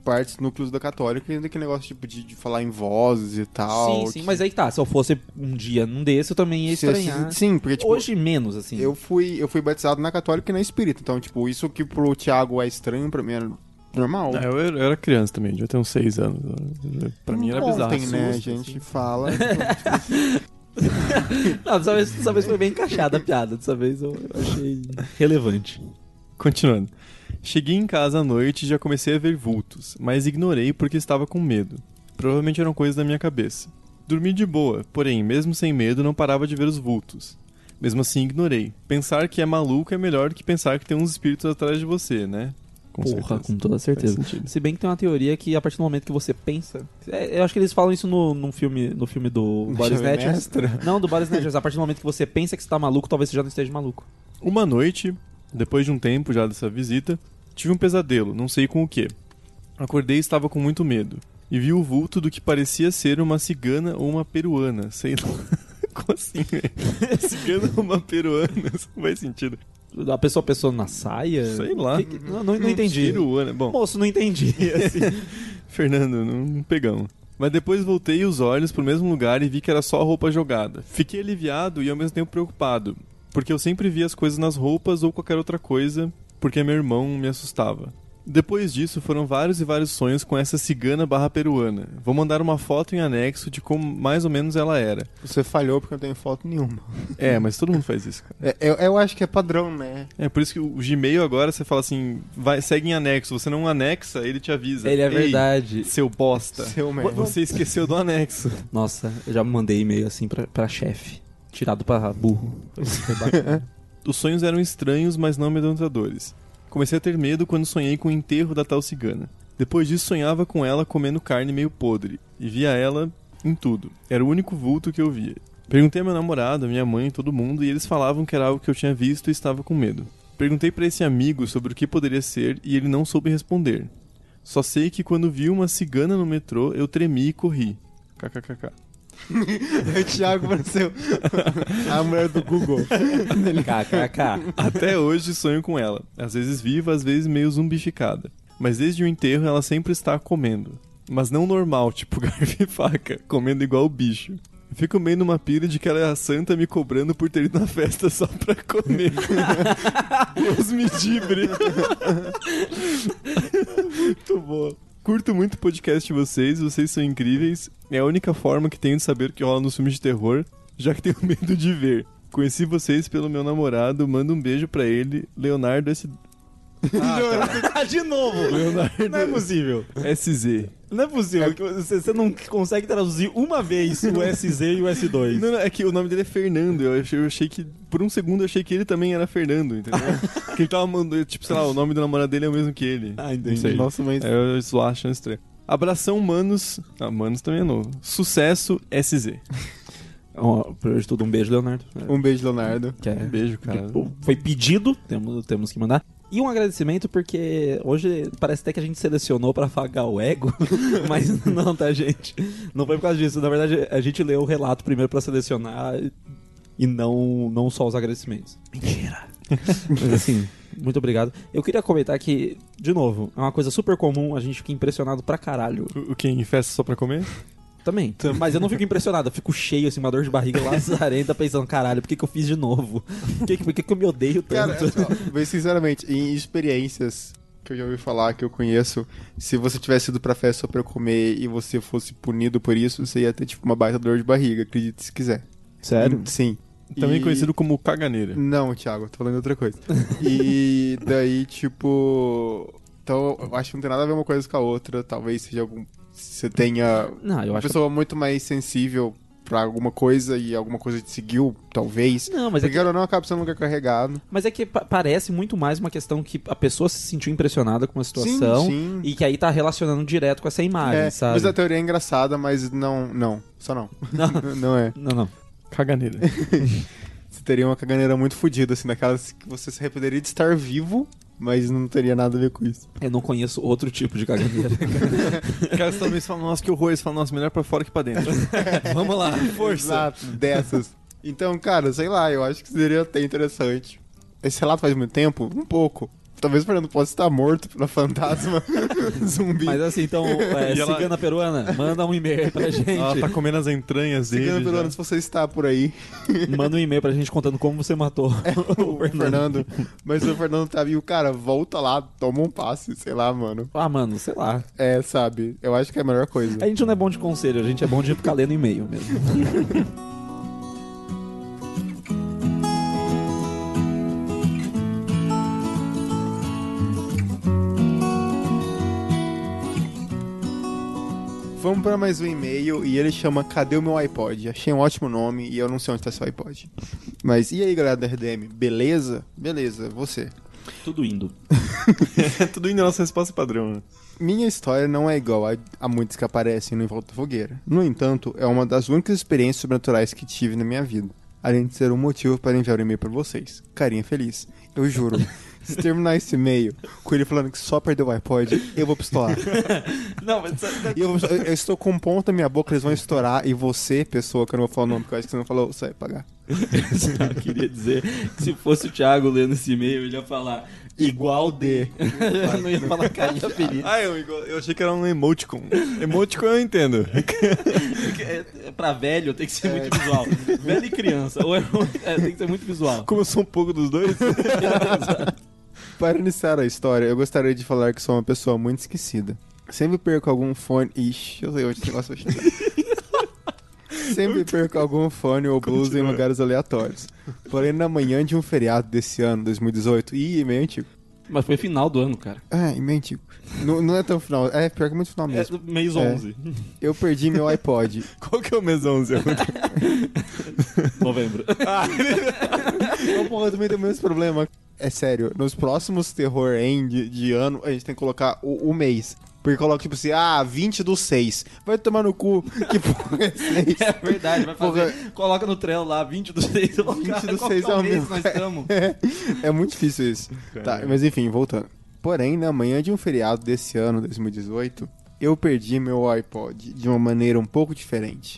[SPEAKER 4] partes, núcleos da católica, ainda que negócio tipo de, de falar em vozes e tal.
[SPEAKER 2] Sim, sim,
[SPEAKER 4] que...
[SPEAKER 2] mas aí que tá. Se eu fosse um dia num desse, eu também ia
[SPEAKER 4] Se-
[SPEAKER 2] estranhar.
[SPEAKER 4] Sim, porque tipo...
[SPEAKER 2] Hoje menos, assim.
[SPEAKER 4] Eu fui, eu fui batizado na católica e na espírita, então, tipo, isso que pro Thiago é estranho, pra mim era normal.
[SPEAKER 3] Ah, eu, era, eu era criança também, devia ter uns seis anos. Pra mim era bizarro.
[SPEAKER 4] Ontem, né, a
[SPEAKER 2] susto,
[SPEAKER 4] gente
[SPEAKER 2] assim.
[SPEAKER 4] fala...
[SPEAKER 2] Não, dessa vez, dessa vez foi bem encaixada a piada. Dessa vez eu achei relevante.
[SPEAKER 3] Continuando. Cheguei em casa à noite e já comecei a ver vultos, mas ignorei porque estava com medo. Provavelmente eram coisas da minha cabeça. Dormi de boa, porém, mesmo sem medo, não parava de ver os vultos. Mesmo assim, ignorei. Pensar que é maluco é melhor do que pensar que tem uns espíritos atrás de você, né? Com
[SPEAKER 2] Porra,
[SPEAKER 3] certeza.
[SPEAKER 2] com toda certeza.
[SPEAKER 3] Faz sentido.
[SPEAKER 2] Se bem que tem uma teoria que a partir do momento que você pensa... É, eu acho que eles falam isso no, no, filme, no filme do Body
[SPEAKER 4] Jovem
[SPEAKER 2] Snatchers.
[SPEAKER 4] Mestre?
[SPEAKER 2] Não, do Body Snatchers. A partir do momento que você pensa que você tá maluco, talvez você já não esteja maluco.
[SPEAKER 3] Uma noite, depois de um tempo já dessa visita, tive um pesadelo, não sei com o que. Acordei e estava com muito medo. E vi o vulto do que parecia ser uma cigana ou uma peruana, sei lá. Como assim, velho? Cigana ou uma peruana? Isso não faz sentido.
[SPEAKER 2] A pessoa pensou na saia?
[SPEAKER 3] Sei lá.
[SPEAKER 2] Que- que- não, não, não entendi.
[SPEAKER 3] Peruana, bom.
[SPEAKER 2] Moço, não entendi. Assim.
[SPEAKER 3] Fernando, não, não pegamos. Mas depois voltei os olhos pro mesmo lugar e vi que era só a roupa jogada. Fiquei aliviado e ao mesmo tempo preocupado, porque eu sempre via as coisas nas roupas ou qualquer outra coisa, porque meu irmão me assustava. Depois disso, foram vários e vários sonhos com essa cigana barra peruana. Vou mandar uma foto em anexo de como mais ou menos ela era.
[SPEAKER 4] Você falhou porque eu não tenho foto nenhuma.
[SPEAKER 3] É, mas todo mundo faz isso, cara.
[SPEAKER 4] É, eu, eu acho que é padrão, né?
[SPEAKER 3] É por isso que o Gmail agora você fala assim, vai, segue em anexo. Você não anexa, ele te avisa.
[SPEAKER 2] Ele é
[SPEAKER 3] Ei,
[SPEAKER 2] verdade.
[SPEAKER 3] seu bosta.
[SPEAKER 4] Seu merda.
[SPEAKER 3] Você esqueceu do anexo.
[SPEAKER 2] Nossa, eu já mandei e-mail assim pra, pra chefe. Tirado pra burro. Foi bacana.
[SPEAKER 3] Os sonhos eram estranhos, mas não amedrontadores. Comecei a ter medo quando sonhei com o enterro da tal cigana. Depois disso, sonhava com ela comendo carne meio podre. E via ela em tudo. Era o único vulto que eu via. Perguntei a meu namorado, a minha mãe, todo mundo, e eles falavam que era algo que eu tinha visto e estava com medo. Perguntei pra esse amigo sobre o que poderia ser e ele não soube responder. Só sei que quando vi uma cigana no metrô, eu tremi e corri. Kkkk.
[SPEAKER 4] O Thiago pareceu a mulher do Google.
[SPEAKER 2] KKK.
[SPEAKER 3] Até hoje sonho com ela. Às vezes viva, às vezes meio zumbificada. Mas desde o enterro ela sempre está comendo. Mas não normal, tipo garfo e faca, comendo igual o bicho. Fico meio numa pira de que ela é a santa me cobrando por ter ido na festa só pra comer. Deus me livre. Muito boa. Curto muito o podcast de vocês, vocês são incríveis. É a única forma que tenho de saber o que rola nos filmes de terror, já que tenho medo de ver. Conheci vocês pelo meu namorado, mando um beijo pra ele, Leonardo S...
[SPEAKER 2] De novo.
[SPEAKER 3] Leonardo
[SPEAKER 2] Não é possível.
[SPEAKER 3] S Z.
[SPEAKER 2] Não é possível. que Você, você não consegue traduzir uma vez o S Z e o S dois.
[SPEAKER 3] Não, não, é que o nome dele é Fernando. Eu achei, eu achei que, por um segundo, eu achei que ele também era Fernando, entendeu? Que ele tava mandando, tipo, sei lá, o nome do namorado dele é o mesmo que ele.
[SPEAKER 2] Ah,
[SPEAKER 3] Não
[SPEAKER 2] entendi.
[SPEAKER 3] sei.
[SPEAKER 4] Nossa, mas...
[SPEAKER 3] Aí eu estou achando estranho. Abração, manos. Ah, manos também é novo. Sucesso, S Z.
[SPEAKER 2] Ó, primeiro de tudo, um beijo, Leonardo.
[SPEAKER 4] Um beijo, Leonardo.
[SPEAKER 2] Que é-
[SPEAKER 3] Um beijo, cara.
[SPEAKER 2] que foi pedido, temos, temos que mandar. E um agradecimento porque hoje parece até que a gente selecionou pra afagar o ego, mas não, tá, gente? Não foi por causa disso. Na verdade, a gente leu o relato primeiro pra selecionar e não, não só os agradecimentos. Mentira! Mas assim, muito obrigado. Eu queria comentar que, de novo, é uma coisa super comum, a gente fica impressionado pra caralho.
[SPEAKER 3] O, o que? Em festa só pra comer?
[SPEAKER 2] Também. Mas eu não fico impressionado, eu fico cheio, assim, uma dor de barriga lazarenta, pensando, caralho, por que, que eu fiz de novo? Por que, por que, que eu me odeio
[SPEAKER 4] Cara,
[SPEAKER 2] tanto?
[SPEAKER 4] ó, bem sinceramente, em experiências que eu já ouvi falar, que eu conheço, se você tivesse ido pra festa só pra comer e você fosse punido por isso, você ia ter, tipo, uma baita dor de barriga, acredite se quiser.
[SPEAKER 2] Sério?
[SPEAKER 4] Sim.
[SPEAKER 3] Também
[SPEAKER 4] E-
[SPEAKER 3] conhecido como caganeira.
[SPEAKER 4] Não, Thiago, tô falando outra coisa. E daí, tipo... Então, eu acho que não tem nada a ver uma coisa com a outra. Talvez seja algum... Você tenha
[SPEAKER 2] Não, eu
[SPEAKER 4] uma
[SPEAKER 2] acho
[SPEAKER 4] pessoa muito mais sensível pra alguma coisa e alguma coisa te seguiu, talvez.
[SPEAKER 2] Não, mas é
[SPEAKER 4] Porque
[SPEAKER 2] que,
[SPEAKER 4] ou não acaba sendo um lugar carregado.
[SPEAKER 2] mas é que pa- parece muito mais uma questão que a pessoa se sentiu impressionada com a situação
[SPEAKER 4] Sim, sim.
[SPEAKER 2] e que aí tá relacionando direto com essa imagem,
[SPEAKER 4] É,
[SPEAKER 2] sabe?
[SPEAKER 4] mas a teoria é engraçada, mas não, não, só não.
[SPEAKER 2] Não,
[SPEAKER 4] Não é.
[SPEAKER 2] não, não.
[SPEAKER 3] Caganeira.
[SPEAKER 4] Você teria uma caganeira muito fodida, assim, daquelas que você se arrependeria de estar vivo, mas não teria nada a ver com isso.
[SPEAKER 2] Eu não conheço outro tipo de caganeira.
[SPEAKER 3] Os caras talvez falam, nossa, que horror. Eles falam, nossa, melhor pra fora que pra dentro. Vamos lá, força.
[SPEAKER 4] Exato, dessas. Então, cara, sei lá, eu acho que seria até interessante. Esse relato faz muito tempo? Um pouco. Talvez o Fernando possa estar morto pela fantasma zumbi.
[SPEAKER 2] Mas assim, então, é,
[SPEAKER 3] E ela-
[SPEAKER 2] cigana peruana, manda um e-mail aí pra gente.
[SPEAKER 3] Ela tá comendo as entranhas dele.
[SPEAKER 4] Cigano
[SPEAKER 3] já.
[SPEAKER 4] Peruano, se você está por aí,
[SPEAKER 2] Manda um e-mail pra gente contando como você matou
[SPEAKER 4] o Fernando. Mas o Fernando tá vivo, cara, volta lá, toma um passe, sei lá, mano.
[SPEAKER 2] Ah, mano, sei lá.
[SPEAKER 4] É, sabe, eu acho que é a melhor coisa.
[SPEAKER 2] A gente não é bom de conselho, a gente é bom de ficar lendo e-mail mesmo.
[SPEAKER 4] Vamos pra mais um e-mail e ele chama Cadê o meu iPod? Achei um ótimo nome e eu não sei onde tá seu iPod. Mas e aí, galera da R D M? Beleza? Beleza, você.
[SPEAKER 2] Tudo indo.
[SPEAKER 3] Tudo indo na nossa resposta padrão, né?
[SPEAKER 4] Minha história não é igual a, a muitas que aparecem no Em Volta da Fogueira. No entanto, é uma das únicas experiências sobrenaturais que tive na minha vida. Além de ser um motivo para enviar um e-mail pra vocês. Carinha feliz. Eu juro. Se terminar esse e-mail com ele falando que só perdeu o iPod, eu vou pistolar.
[SPEAKER 2] Não, mas...
[SPEAKER 4] E eu, eu- eu estou com um ponto na minha boca, eles vão estourar. E você, pessoa, que eu não vou falar o nome, porque eu acho que você não falou, você vai pagar.
[SPEAKER 2] Eu queria dizer que se fosse o Thiago lendo esse e-mail, ele ia falar igual de. Eu não ia falar carinha feliz.
[SPEAKER 3] Ah, eu, eu achei que era um emoticon. Emoticon eu entendo.
[SPEAKER 2] É, é pra velho tem que ser muito visual. Velho e criança. Ou é, é, tem que ser muito visual.
[SPEAKER 3] Como eu sou um pouco dos dois.
[SPEAKER 4] Para iniciar a história, eu gostaria de falar que sou uma pessoa muito esquecida. Sempre perco algum fone... Ixi, eu sei onde esse negócio vai chegar. Sempre perco algum fone ou blusa em lugares aleatórios. Porém, na manhã de um feriado desse ano, dois mil e dezoito, ih, é meio antigo.
[SPEAKER 2] Mas foi final do ano, cara.
[SPEAKER 4] Ah, é meio antigo. Não, não é tão final, é pior que muito final
[SPEAKER 2] É
[SPEAKER 4] mesmo.
[SPEAKER 2] do mês
[SPEAKER 4] É.
[SPEAKER 2] onze.
[SPEAKER 4] Eu perdi meu iPod.
[SPEAKER 3] Qual que é o mês onze?
[SPEAKER 2] Novembro.
[SPEAKER 4] Ô, porra, eu também tenho o mesmo problema. É sério, nos próximos terror end de ano, a gente tem que colocar o, o mês. Porque coloca tipo assim, ah, vinte do seis. Vai tomar no cu. Que porra é seis?
[SPEAKER 2] É verdade, vai fazer.
[SPEAKER 4] Porra.
[SPEAKER 2] Coloca no Trello lá, vinte do seis.
[SPEAKER 4] vinte do seis
[SPEAKER 2] é
[SPEAKER 4] é
[SPEAKER 2] o
[SPEAKER 4] o
[SPEAKER 2] mês
[SPEAKER 4] mesmo.
[SPEAKER 2] que nós estamos.
[SPEAKER 4] É, é muito difícil isso. Tá, mas enfim, voltando. Porém, na manhã de um feriado desse ano, dois mil e dezoito, eu perdi meu iPod de uma maneira um pouco diferente.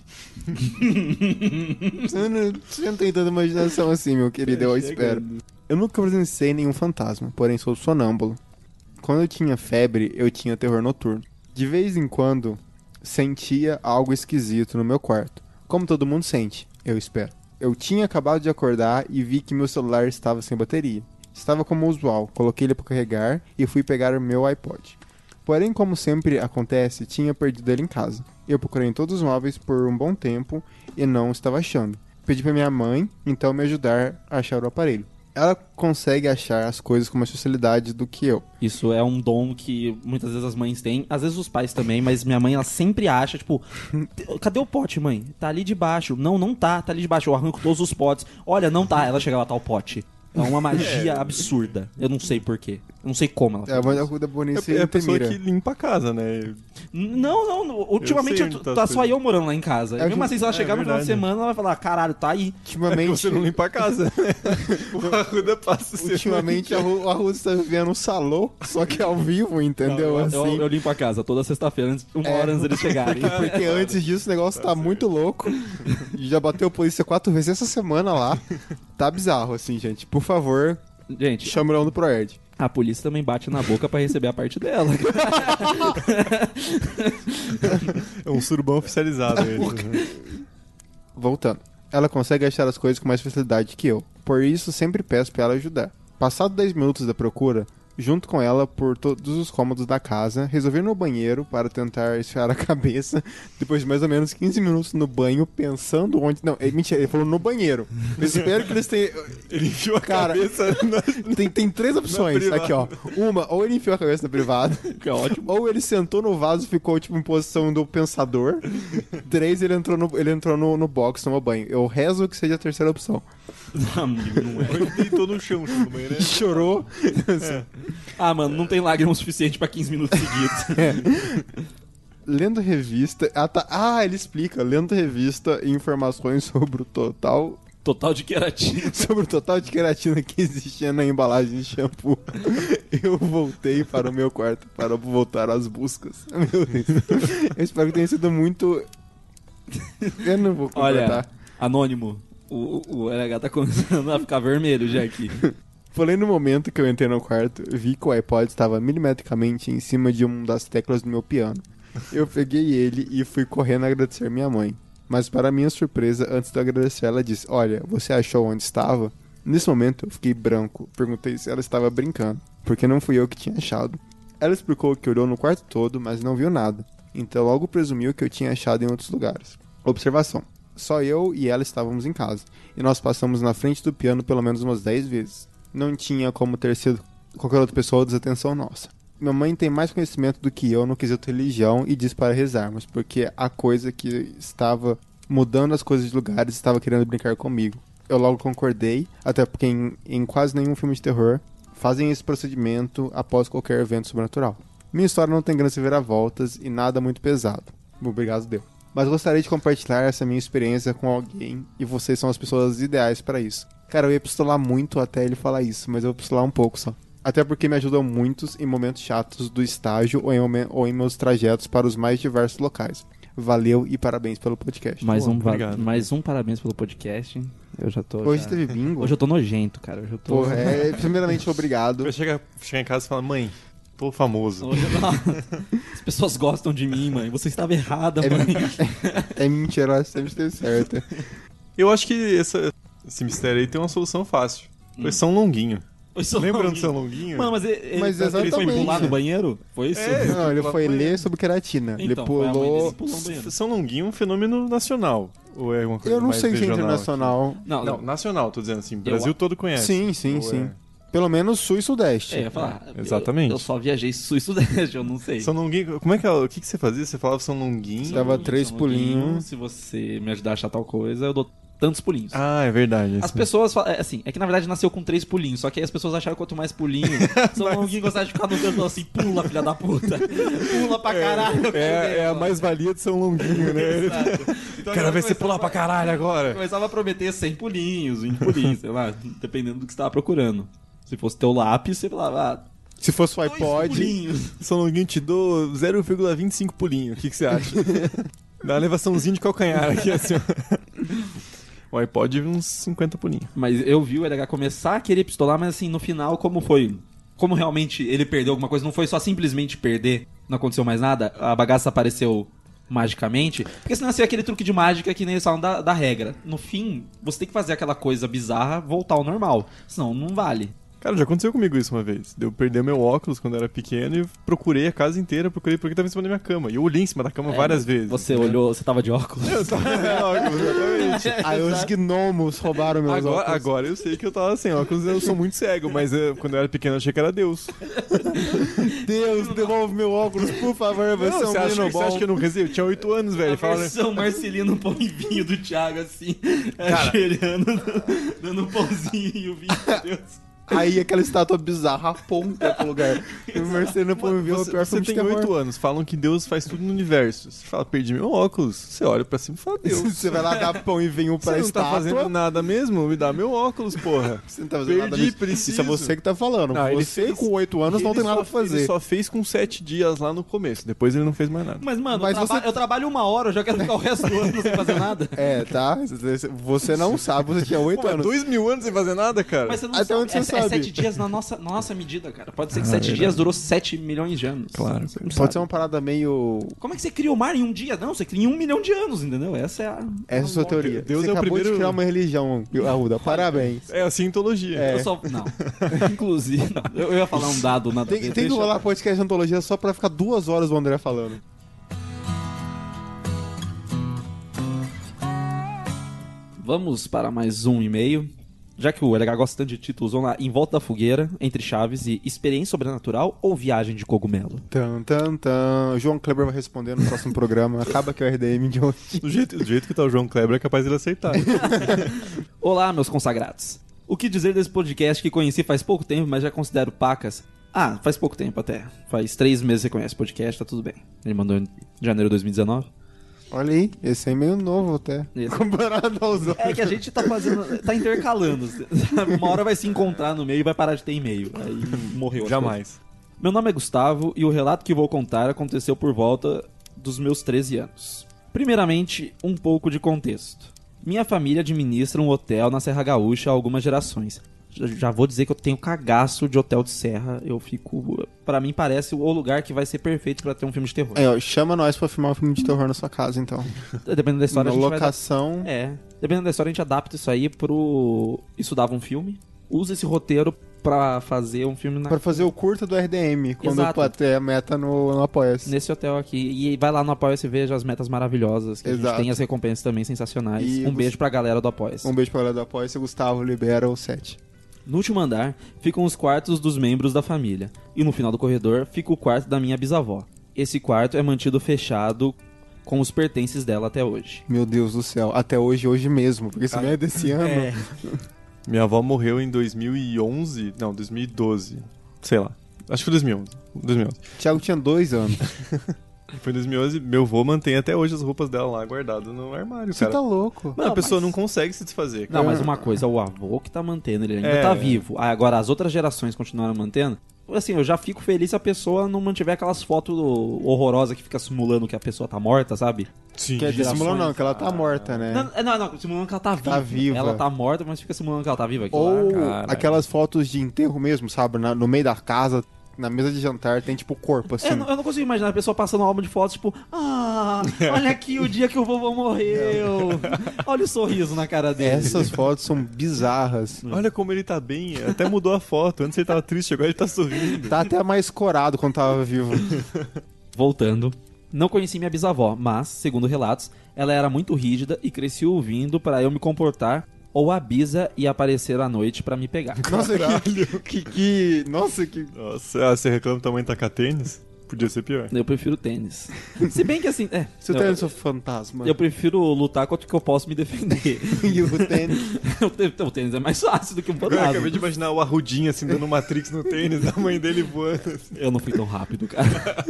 [SPEAKER 4] Você não, você não tem tanta imaginação assim, meu querido, eu espero. Eu nunca presenciei nenhum fantasma, porém sou sonâmbulo. Quando eu tinha febre, eu tinha terror noturno. De vez em quando, sentia algo esquisito no meu quarto. Como todo mundo sente, eu espero. Eu tinha acabado de acordar e vi que meu celular estava sem bateria. Estava como usual, coloquei ele para carregar e fui pegar o meu iPod. Porém, como sempre acontece, tinha perdido ele em casa. Eu procurei em todos os móveis por um bom tempo e não estava achando. Pedi para minha mãe, então, me ajudar a achar o aparelho. Ela consegue achar as coisas com mais facilidade do que eu.
[SPEAKER 2] Isso é um dom que muitas vezes as mães têm, às vezes os pais também, mas minha mãe ela sempre acha, tipo, cadê o pote, mãe? Tá ali debaixo. Não, não tá, tá ali debaixo. Eu arranco todos os potes. Olha, não tá. Ela chega lá, tá o pote. É uma magia absurda. Eu não sei porquê. Eu não sei como ela
[SPEAKER 4] É,
[SPEAKER 2] faz
[SPEAKER 4] mas
[SPEAKER 2] isso.
[SPEAKER 4] a Ruda Bonice
[SPEAKER 3] É, é a pessoa
[SPEAKER 4] mira.
[SPEAKER 3] que limpa a casa, né?
[SPEAKER 2] Não, não, não. Ultimamente
[SPEAKER 3] sei onde tá
[SPEAKER 2] tá
[SPEAKER 3] as
[SPEAKER 2] só
[SPEAKER 3] coisas.
[SPEAKER 2] eu morando lá em casa.
[SPEAKER 4] É,
[SPEAKER 2] E mesmo assim, se ela
[SPEAKER 3] é
[SPEAKER 2] chegar no final de
[SPEAKER 3] verdade.
[SPEAKER 2] semana, ela vai falar, caralho, tá aí.
[SPEAKER 4] Ultimamente,
[SPEAKER 3] Você não limpa a casa. O Arruda passa o seu.
[SPEAKER 4] ultimamente a, Ru, a Ruda está vivendo um salão, só que ao vivo, entendeu?
[SPEAKER 2] Eu,
[SPEAKER 4] assim.
[SPEAKER 2] eu, eu limpo a casa toda sexta-feira, antes- uma
[SPEAKER 4] É.
[SPEAKER 2] hora antes deles chegarem.
[SPEAKER 4] Porque antes disso o negócio tá muito louco. Já bateu a polícia quatro vezes essa semana lá. Tá bizarro, assim, gente. Por favor,
[SPEAKER 2] Gente,
[SPEAKER 4] chama o Leão do Proerd.
[SPEAKER 2] a polícia também bate na boca pra receber a parte dela.
[SPEAKER 3] É um surubão oficializado. esse.
[SPEAKER 4] Voltando. Ela consegue achar as coisas com mais facilidade que eu. Por isso, sempre peço pra ela ajudar. Passado dez minutos da procura, junto com ela por todos os cômodos da casa, resolvi ir no banheiro para tentar esfriar a cabeça. Depois de mais ou menos quinze minutos no banho, pensando onde... Não, é, mentira, ele falou no banheiro. Eu espero que eles tenham...
[SPEAKER 3] Ele enfiou a
[SPEAKER 4] Cara,
[SPEAKER 3] cabeça na...
[SPEAKER 4] Tem, tem três opções
[SPEAKER 3] privada.
[SPEAKER 4] aqui, ó. Uma, ou ele enfiou a cabeça na privada.
[SPEAKER 2] Que é ótimo.
[SPEAKER 4] Ou ele sentou no vaso e ficou, tipo, em posição do pensador. Três, ele entrou no, ele entrou no, no box, tomou banho. Eu rezo que seja a terceira opção.
[SPEAKER 2] Amigo, não é.
[SPEAKER 3] Ele deitou no chão, no banheiro, né?
[SPEAKER 4] Chorou.
[SPEAKER 2] Ah, mano, não tem lágrima o suficiente pra quinze minutos seguidos.
[SPEAKER 4] Lendo revista... Ah, tá. Ah, ele explica. Lendo revista e informações sobre o total...
[SPEAKER 2] Total de queratina.
[SPEAKER 4] Sobre o total de queratina que existia na embalagem de shampoo. Eu voltei para o meu quarto para voltar às buscas. Meu Deus. Eu espero que tenha sido muito... Eu não vou completar.
[SPEAKER 2] Olha, anônimo, o, o, o L H tá começando a ficar vermelho já aqui.
[SPEAKER 4] Porém, no momento que eu entrei no quarto, vi que o iPod estava milimetricamente em cima de uma das teclas do meu piano. Eu peguei ele e fui correndo agradecer minha mãe. Mas para minha surpresa, antes de eu agradecer, ela disse: olha, você achou onde estava? Nesse momento, eu fiquei branco. Perguntei se ela estava brincando, porque não fui eu que tinha achado. Ela explicou que olhou no quarto todo, mas não viu nada. Então logo presumiu que eu tinha achado em outros lugares. Observação. Só eu e ela estávamos em casa, e nós passamos na frente do piano pelo menos umas dez vezes. Não tinha como ter sido qualquer outra pessoa ou desatenção nossa. Minha mãe tem mais conhecimento do que eu no quesito religião e diz para rezarmos, porque a coisa que estava mudando as coisas de lugares estava querendo brincar comigo. Eu logo concordei, até porque em, em quase nenhum filme de terror fazem esse procedimento após qualquer evento sobrenatural. Minha história não tem grandes viravoltas e nada muito pesado. Obrigado, Deus. Mas gostaria de compartilhar essa minha experiência com alguém e vocês são as pessoas ideais para isso. Cara, eu ia pistolar muito até ele falar isso, mas eu vou pistolar um pouco só. Até porque me ajudam muitos em momentos chatos do estágio ou em, ou em meus trajetos para os mais diversos locais. Valeu e parabéns pelo podcast.
[SPEAKER 2] Mais,
[SPEAKER 3] Pô,
[SPEAKER 2] um,
[SPEAKER 3] obrigado.
[SPEAKER 2] mais um parabéns pelo podcast. Eu já tô.
[SPEAKER 4] Hoje
[SPEAKER 2] já...
[SPEAKER 4] teve bingo.
[SPEAKER 2] Hoje eu tô nojento, cara. Hoje eu tô.
[SPEAKER 4] Pô, é, primeiramente, obrigado.
[SPEAKER 3] Vai chegar, chegar em casa e falar, mãe, tô famoso.
[SPEAKER 2] Hoje eu... As pessoas gostam de mim, mãe. Você estava errada,
[SPEAKER 4] É,
[SPEAKER 2] mãe.
[SPEAKER 4] é mentira, ela sempre esteve certa.
[SPEAKER 3] Eu acho que essa, esse mistério aí tem uma solução fácil. Foi São Longuinho.
[SPEAKER 2] Foi São
[SPEAKER 3] Lembrando
[SPEAKER 2] Longuinho.
[SPEAKER 3] São Longuinho?
[SPEAKER 2] Mano, mas ele,
[SPEAKER 4] Mas
[SPEAKER 2] ele, ele foi
[SPEAKER 4] exatamente.
[SPEAKER 2] pular no banheiro? Foi isso?
[SPEAKER 3] É,
[SPEAKER 4] Não, ele foi
[SPEAKER 3] Então,
[SPEAKER 4] ler sobre queratina.
[SPEAKER 2] Então,
[SPEAKER 4] ele
[SPEAKER 2] foi a mãe
[SPEAKER 4] pulou...
[SPEAKER 2] dele que pulou no banheiro.
[SPEAKER 3] São Longuinho é um fenômeno nacional. Ou é uma coisa
[SPEAKER 4] Eu não
[SPEAKER 3] mais
[SPEAKER 4] sei se é
[SPEAKER 3] regional
[SPEAKER 4] internacional.
[SPEAKER 2] Não,
[SPEAKER 3] aqui? Não, nacional, tô dizendo assim. Brasil todo conhece.
[SPEAKER 4] Sim, sim,
[SPEAKER 3] Ou
[SPEAKER 4] sim.
[SPEAKER 3] é-
[SPEAKER 4] Pelo menos sul e sudeste.
[SPEAKER 2] É, eu ia falar.
[SPEAKER 3] É, exatamente.
[SPEAKER 2] Eu, eu só viajei sul e sudeste, eu não sei.
[SPEAKER 3] São Longuinho, como é que é? O que, que você fazia? Você falava São Longuinho?
[SPEAKER 4] Dava três
[SPEAKER 2] São Longuinho,
[SPEAKER 4] pulinhos.
[SPEAKER 2] Se você me ajudar a achar tal coisa, eu dou tantos pulinhos.
[SPEAKER 3] Ah, é verdade.
[SPEAKER 2] As pessoas falam, é, assim, é que na verdade nasceu com três pulinhos, só que aí as pessoas acharam que quanto mais pulinho, São Longuinho gostava de ficar no canto assim, pula, filha da puta, pula pra caralho.
[SPEAKER 3] É, é a mais-valia de São Longuinho, né?
[SPEAKER 2] Exato. Então,
[SPEAKER 3] Cara,
[SPEAKER 2] eu
[SPEAKER 3] vai ser
[SPEAKER 2] começava-
[SPEAKER 3] pular pra caralho agora.
[SPEAKER 2] Começava a prometer cem pulinhos, vinte pulinhos, sei lá, dependendo do que você tava procurando. Se fosse teu lápis, você falava, ah,
[SPEAKER 4] Se fosse o
[SPEAKER 2] dois
[SPEAKER 4] iPod...
[SPEAKER 2] pulinhos.
[SPEAKER 3] São Longuinho te dou zero vírgula vinte e cinco pulinho. O que, que você acha? Dá uma elevaçãozinha de calcanhar aqui, assim, ó. O iPod uns cinquenta pulinhos.
[SPEAKER 2] Mas eu vi o L H começar a querer pistolar, mas assim, no final, como foi? Como realmente ele perdeu alguma coisa, não foi só simplesmente perder, não aconteceu mais nada, a bagaça apareceu magicamente, porque senão ia ser aquele truque de mágica que nem eles falam da, da regra. No fim, você tem que fazer aquela coisa bizarra voltar ao normal, senão não vale.
[SPEAKER 3] Cara, já aconteceu comigo isso uma vez. Eu perdi meu óculos quando era pequeno e procurei a casa inteira, procurei porque tava em cima da minha cama. E eu olhei em cima da cama várias vezes.
[SPEAKER 2] Você
[SPEAKER 3] né?
[SPEAKER 2] olhou, você tava de óculos?
[SPEAKER 3] Eu tava sem óculos, exatamente.
[SPEAKER 4] Aí os gnomos roubaram meus
[SPEAKER 3] Agora,
[SPEAKER 4] óculos.
[SPEAKER 3] agora eu sei que eu tava sem óculos, eu sou muito cego, mas eh, quando eu era pequeno eu achei que era Deus.
[SPEAKER 4] Deus, devolve meu óculos, por favor. Você
[SPEAKER 3] Não,
[SPEAKER 4] é um
[SPEAKER 3] você, acha,
[SPEAKER 4] menino
[SPEAKER 3] que- você
[SPEAKER 4] bom.
[SPEAKER 3] acha que eu não rezei? Eu tinha oito anos, velho.
[SPEAKER 2] A
[SPEAKER 3] Fala, né?
[SPEAKER 2] versão Marcelino Pão e Vinho do Thiago, assim, ajoelhando, dando um pãozinho e o vinho de Deus.
[SPEAKER 4] Aí aquela estátua bizarra aponta pro lugar. E o Marcelo Pão viu o
[SPEAKER 3] Você,
[SPEAKER 4] pior
[SPEAKER 3] você
[SPEAKER 4] filme de
[SPEAKER 3] tem
[SPEAKER 4] terror.
[SPEAKER 3] oito anos, falam que Deus faz tudo no universo. Você fala, perdi meu óculos. Você olha pra cima e fala, Deus.
[SPEAKER 4] Você vai lá dar pão e vinho pra
[SPEAKER 3] Você não
[SPEAKER 4] estátua.
[SPEAKER 3] tá fazendo nada mesmo? Me dá meu óculos, porra.
[SPEAKER 4] Você não tá fazendo nada
[SPEAKER 3] Perdi,
[SPEAKER 4] disso.
[SPEAKER 3] preciso.
[SPEAKER 4] Isso é você que tá falando.
[SPEAKER 3] Não, ele
[SPEAKER 4] você
[SPEAKER 3] fez-
[SPEAKER 4] com oito anos não
[SPEAKER 3] Ele
[SPEAKER 4] tem nada
[SPEAKER 3] só-
[SPEAKER 4] pra fazer.
[SPEAKER 3] Ele só fez com sete dias lá no começo. Depois ele não fez mais nada.
[SPEAKER 2] Mas, mano,
[SPEAKER 4] Mas
[SPEAKER 2] eu, traba-
[SPEAKER 4] você-
[SPEAKER 2] eu trabalho uma hora, eu já quero ficar o resto do ano sem fazer nada.
[SPEAKER 4] É, tá? Você não sabe, você tinha oito
[SPEAKER 3] Pô, mas
[SPEAKER 4] anos.
[SPEAKER 3] dois mil anos sem fazer nada, cara?
[SPEAKER 2] Mas você não
[SPEAKER 4] Até
[SPEAKER 2] sabe,
[SPEAKER 4] onde você
[SPEAKER 2] é, é
[SPEAKER 4] sabe?
[SPEAKER 2] sete dias na nossa, na nossa medida, cara. Pode ser que
[SPEAKER 3] Ah,
[SPEAKER 2] sete
[SPEAKER 3] verdade.
[SPEAKER 2] dias durou sete milhões de anos.
[SPEAKER 3] Claro.
[SPEAKER 2] Você não
[SPEAKER 4] Pode
[SPEAKER 2] sabe.
[SPEAKER 4] ser uma parada meio...
[SPEAKER 2] Como é que você cria o mar em um dia? Não, você cria em um milhão de anos, entendeu? Essa é a...
[SPEAKER 4] Essa é a sua teoria.
[SPEAKER 3] Deus
[SPEAKER 4] você
[SPEAKER 3] é o
[SPEAKER 4] acabou
[SPEAKER 3] primeiro-
[SPEAKER 4] de criar uma religião, Arruda. Parabéns.
[SPEAKER 3] É a cientologia.
[SPEAKER 4] É.
[SPEAKER 2] Eu só... Não. Inclusive, não. Eu, eu ia falar um dado nada a
[SPEAKER 4] Tem,
[SPEAKER 2] ver,
[SPEAKER 4] tem que
[SPEAKER 2] deixa-
[SPEAKER 4] rolar podcast de antologia só pra ficar duas horas o André falando.
[SPEAKER 2] Vamos para mais um e-mail. Já que o L H gosta tanto de títulos, vamos lá. Em Volta da Fogueira, Entre Chaves e Experiência Sobrenatural ou Viagem de Cogumelo?
[SPEAKER 4] Tan, tan, tan. O João Kleber vai responder no próximo programa. Acaba que é o R D M de hoje.
[SPEAKER 3] Do jeito, do jeito que tá o João Kleber, é capaz dele acertar.
[SPEAKER 2] Olá, meus consagrados. O que dizer desse podcast que conheci faz pouco tempo, mas já considero pacas? Ah, faz pouco tempo até. Faz três meses que você conhece o podcast, tá tudo bem. Ele mandou em janeiro de dois mil e dezenove.
[SPEAKER 4] Olha aí, esse é meio novo até.
[SPEAKER 2] Esse-
[SPEAKER 4] Comparado aos outros.
[SPEAKER 2] É que a gente tá fazendo. Tá intercalando. Sabe? Uma hora vai se encontrar no meio e vai parar de ter e-mail. Aí morreu. as
[SPEAKER 3] Jamais.
[SPEAKER 2] Meu nome é Gustavo e o relato que vou contar aconteceu por volta dos meus treze anos. Primeiramente, um pouco de contexto. Minha família administra um hotel na Serra Gaúcha há algumas gerações. já vou dizer que eu tenho cagaço de Hotel de Serra. Eu fico... Pra mim parece o lugar que vai ser perfeito pra ter um filme de terror.
[SPEAKER 4] É, ó, chama nós pra filmar um filme de terror na sua casa, então.
[SPEAKER 2] Dependendo da história,
[SPEAKER 4] Na
[SPEAKER 2] a gente
[SPEAKER 4] locação...
[SPEAKER 2] vai... É. Dependendo da história, a gente adapta isso aí pro... Isso dava um filme. Usa esse roteiro pra fazer um filme na...
[SPEAKER 4] Pra fazer o curta do R D M, quando
[SPEAKER 2] Exato.
[SPEAKER 4] bater a meta no, no Apoia-se.
[SPEAKER 2] Nesse hotel aqui. E vai lá no Apoia-se e veja as metas maravilhosas. Que a
[SPEAKER 4] Exato.
[SPEAKER 2] gente tem as recompensas também sensacionais.
[SPEAKER 4] E
[SPEAKER 2] um
[SPEAKER 4] você-
[SPEAKER 2] beijo pra galera do Apoia-se.
[SPEAKER 4] Um beijo pra galera do Apoia-se, Gustavo libera o set.
[SPEAKER 2] No último andar ficam os quartos dos membros da família. E no final do corredor fica o quarto da minha bisavó. Esse quarto é mantido fechado com os pertences dela até hoje.
[SPEAKER 4] Meu Deus do céu, até hoje, hoje mesmo, porque esse não é desse ano.
[SPEAKER 2] É.
[SPEAKER 3] Minha avó morreu em dois mil e onze, não, dois mil e doze, sei lá. Acho que foi dois mil e onze. dois mil e onze.
[SPEAKER 4] Thiago tinha dois anos.
[SPEAKER 3] Foi em dois mil e onze, meu avô mantém até hoje as roupas dela lá guardadas no armário,
[SPEAKER 4] Você
[SPEAKER 3] cara.
[SPEAKER 4] tá louco.
[SPEAKER 3] Mano,
[SPEAKER 2] Não,
[SPEAKER 3] a pessoa
[SPEAKER 2] mas-
[SPEAKER 3] não consegue se desfazer, cara.
[SPEAKER 2] Não, mas uma coisa, o avô que tá mantendo, ele ainda
[SPEAKER 3] É.
[SPEAKER 2] tá vivo. Ah, agora, as outras gerações continuaram mantendo. Assim, eu já fico feliz se a pessoa não mantiver aquelas fotos horrorosas que fica simulando que a pessoa tá morta, sabe?
[SPEAKER 3] Sim.
[SPEAKER 4] Quer dizer,
[SPEAKER 2] gerações-
[SPEAKER 4] simulando não, que ela tá morta, né?
[SPEAKER 2] Não, não, não, simulando que ela tá viva.
[SPEAKER 4] Tá viva.
[SPEAKER 2] Ela tá morta, mas fica simulando que ela tá viva. Aquilo
[SPEAKER 4] Ou
[SPEAKER 2] lá, cara.
[SPEAKER 4] aquelas fotos de enterro mesmo, sabe? Na- no meio da casa, na mesa de jantar, tem tipo corpo, assim.
[SPEAKER 2] É, eu não- eu não consigo imaginar a pessoa passando um álbum de fotos, tipo, ah, olha aqui o dia que o vovô morreu. Olha o sorriso na cara dele.
[SPEAKER 4] Essas fotos são bizarras.
[SPEAKER 3] Olha como ele tá bem, até mudou a foto. Antes ele tava triste, agora ele tá sorrindo.
[SPEAKER 4] Tá até mais corado quando tava vivo.
[SPEAKER 2] Voltando. Não conheci minha bisavó, mas, segundo relatos, ela era muito rígida e cresci ouvindo pra eu me comportar ou a bisa ia aparecer à noite pra me pegar.
[SPEAKER 4] Nossa, que, que, que... Nossa, que...
[SPEAKER 3] Nossa, ah, você reclama que tua mãe taca tênis? Podia ser pior.
[SPEAKER 2] Eu prefiro tênis. Se bem que assim, é,
[SPEAKER 4] Seu
[SPEAKER 2] eu,
[SPEAKER 4] tênis é fantasma.
[SPEAKER 2] eu prefiro lutar contra o que eu posso me defender.
[SPEAKER 4] E o tênis...
[SPEAKER 2] o tê- o tênis é mais fácil do que um
[SPEAKER 3] Eu
[SPEAKER 2] fantasma.
[SPEAKER 3] acabei de imaginar o Arrudinho assim, dando Matrix no tênis, a mãe dele voando. assim.
[SPEAKER 2] Eu não fui tão rápido, cara.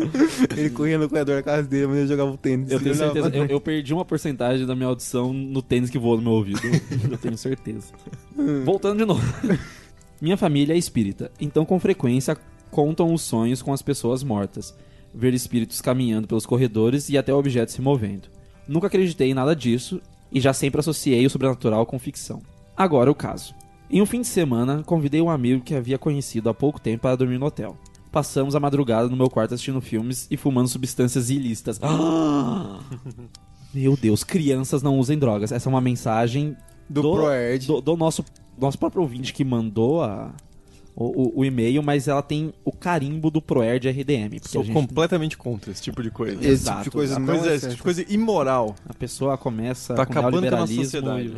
[SPEAKER 4] Ele corria no corredor da casa dele, mas ele jogava o tênis.
[SPEAKER 2] Eu tenho
[SPEAKER 4] Ele olhava
[SPEAKER 2] certeza.
[SPEAKER 4] pra
[SPEAKER 2] Eu, eu perdi uma porcentagem da minha audição no tênis que voou no meu ouvido. Eu tenho certeza. Voltando de novo. Minha família é espírita, então com frequência contam os sonhos com as pessoas mortas. Ver espíritos caminhando pelos corredores e até objetos se movendo. Nunca acreditei em nada disso e já sempre associei o sobrenatural com ficção. Agora o caso. Em um fim de semana, convidei um amigo que havia conhecido há pouco tempo para dormir no hotel. Passamos a madrugada no meu quarto assistindo filmes e fumando substâncias ilícitas. Ah! Meu Deus, crianças não usem drogas. Essa é uma mensagem
[SPEAKER 4] Do Proerd.
[SPEAKER 2] do, do nosso, nosso próprio ouvinte que mandou a, o, o, o e-mail, mas ela tem o carimbo do Proerd R D M. Porque
[SPEAKER 3] Sou
[SPEAKER 2] a, gente-
[SPEAKER 3] completamente contra esse tipo de coisa.
[SPEAKER 4] Esse
[SPEAKER 2] Exato.
[SPEAKER 4] tipo de coisa
[SPEAKER 3] A
[SPEAKER 4] não
[SPEAKER 3] coisa,
[SPEAKER 4] é
[SPEAKER 3] esse tipo
[SPEAKER 4] certa.
[SPEAKER 3] de coisa imoral.
[SPEAKER 2] a pessoa começa
[SPEAKER 3] Tá
[SPEAKER 2] com
[SPEAKER 3] acabando com a nossa
[SPEAKER 2] neoliberalismo
[SPEAKER 3] sociedade.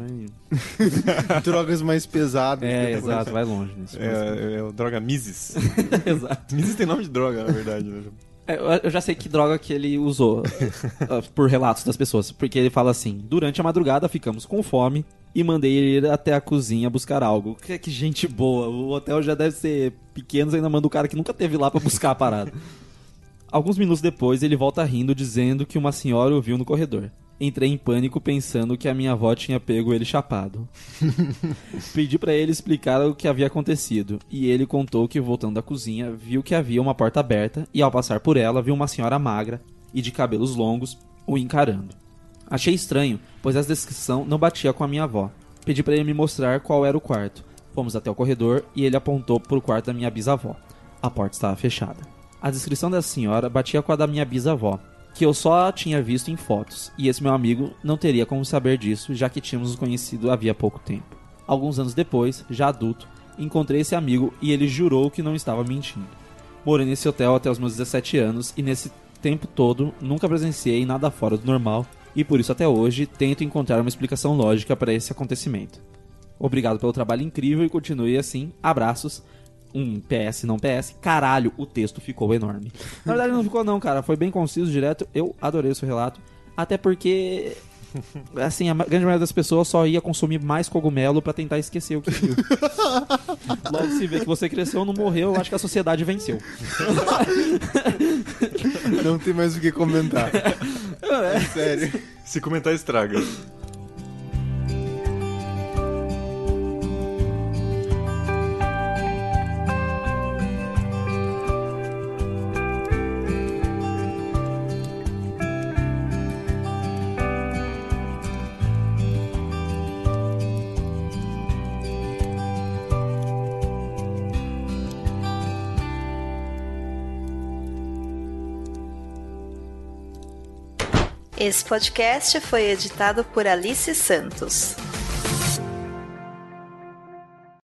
[SPEAKER 2] e vai...
[SPEAKER 4] Drogas mais pesadas.
[SPEAKER 2] É,
[SPEAKER 4] depois.
[SPEAKER 2] exato, vai longe nisso.
[SPEAKER 3] É, é o droga Mises.
[SPEAKER 2] Exato.
[SPEAKER 3] Mises tem nome de droga, na verdade. Né?
[SPEAKER 2] É, eu- eu já sei que droga que ele usou, ah, por relatos das pessoas. Porque ele fala assim: durante a madrugada ficamos com fome e mandei ele ir até a cozinha buscar algo. Que, que gente boa. O hotel já deve ser pequeno, você ainda manda o cara que nunca teve lá pra buscar a parada. Alguns minutos depois, ele volta rindo, dizendo que uma senhora o viu no corredor. Entrei em pânico pensando que a minha avó tinha pego ele chapado. Pedi pra ele explicar o que havia acontecido, e ele contou que, voltando da cozinha, viu que havia uma porta aberta e, ao passar por ela, viu uma senhora magra e de cabelos longos o encarando. Achei estranho, pois a descrição não batia com a minha avó. Pedi pra ele me mostrar qual era o quarto. Fomos até o corredor e ele apontou pro quarto da minha bisavó. A porta estava fechada. A descrição dessa senhora batia com a da minha bisavó, que eu só tinha visto em fotos, e esse meu amigo não teria como saber disso, já que tínhamos nos conhecido havia pouco tempo. Alguns anos depois, já adulto, encontrei esse amigo e ele jurou que não estava mentindo. Morei nesse hotel até os meus dezessete anos e nesse tempo todo nunca presenciei nada fora do normal e por isso até hoje tento encontrar uma explicação lógica para esse acontecimento. Obrigado pelo trabalho incrível e continue assim. Abraços. Um P S, não P S. Caralho, o texto ficou enorme. Na verdade não ficou não, cara. Foi bem conciso, direto. Eu adorei o seu relato. Até porque... Assim, a ma- grande maioria das pessoas só ia consumir mais cogumelo pra tentar esquecer o que viu. Logo se vê que você cresceu, não morreu, eu acho que a sociedade venceu.
[SPEAKER 4] Não tem mais o que comentar. É sério.
[SPEAKER 3] Se comentar, estraga.
[SPEAKER 5] Esse podcast foi editado por Alice Santos.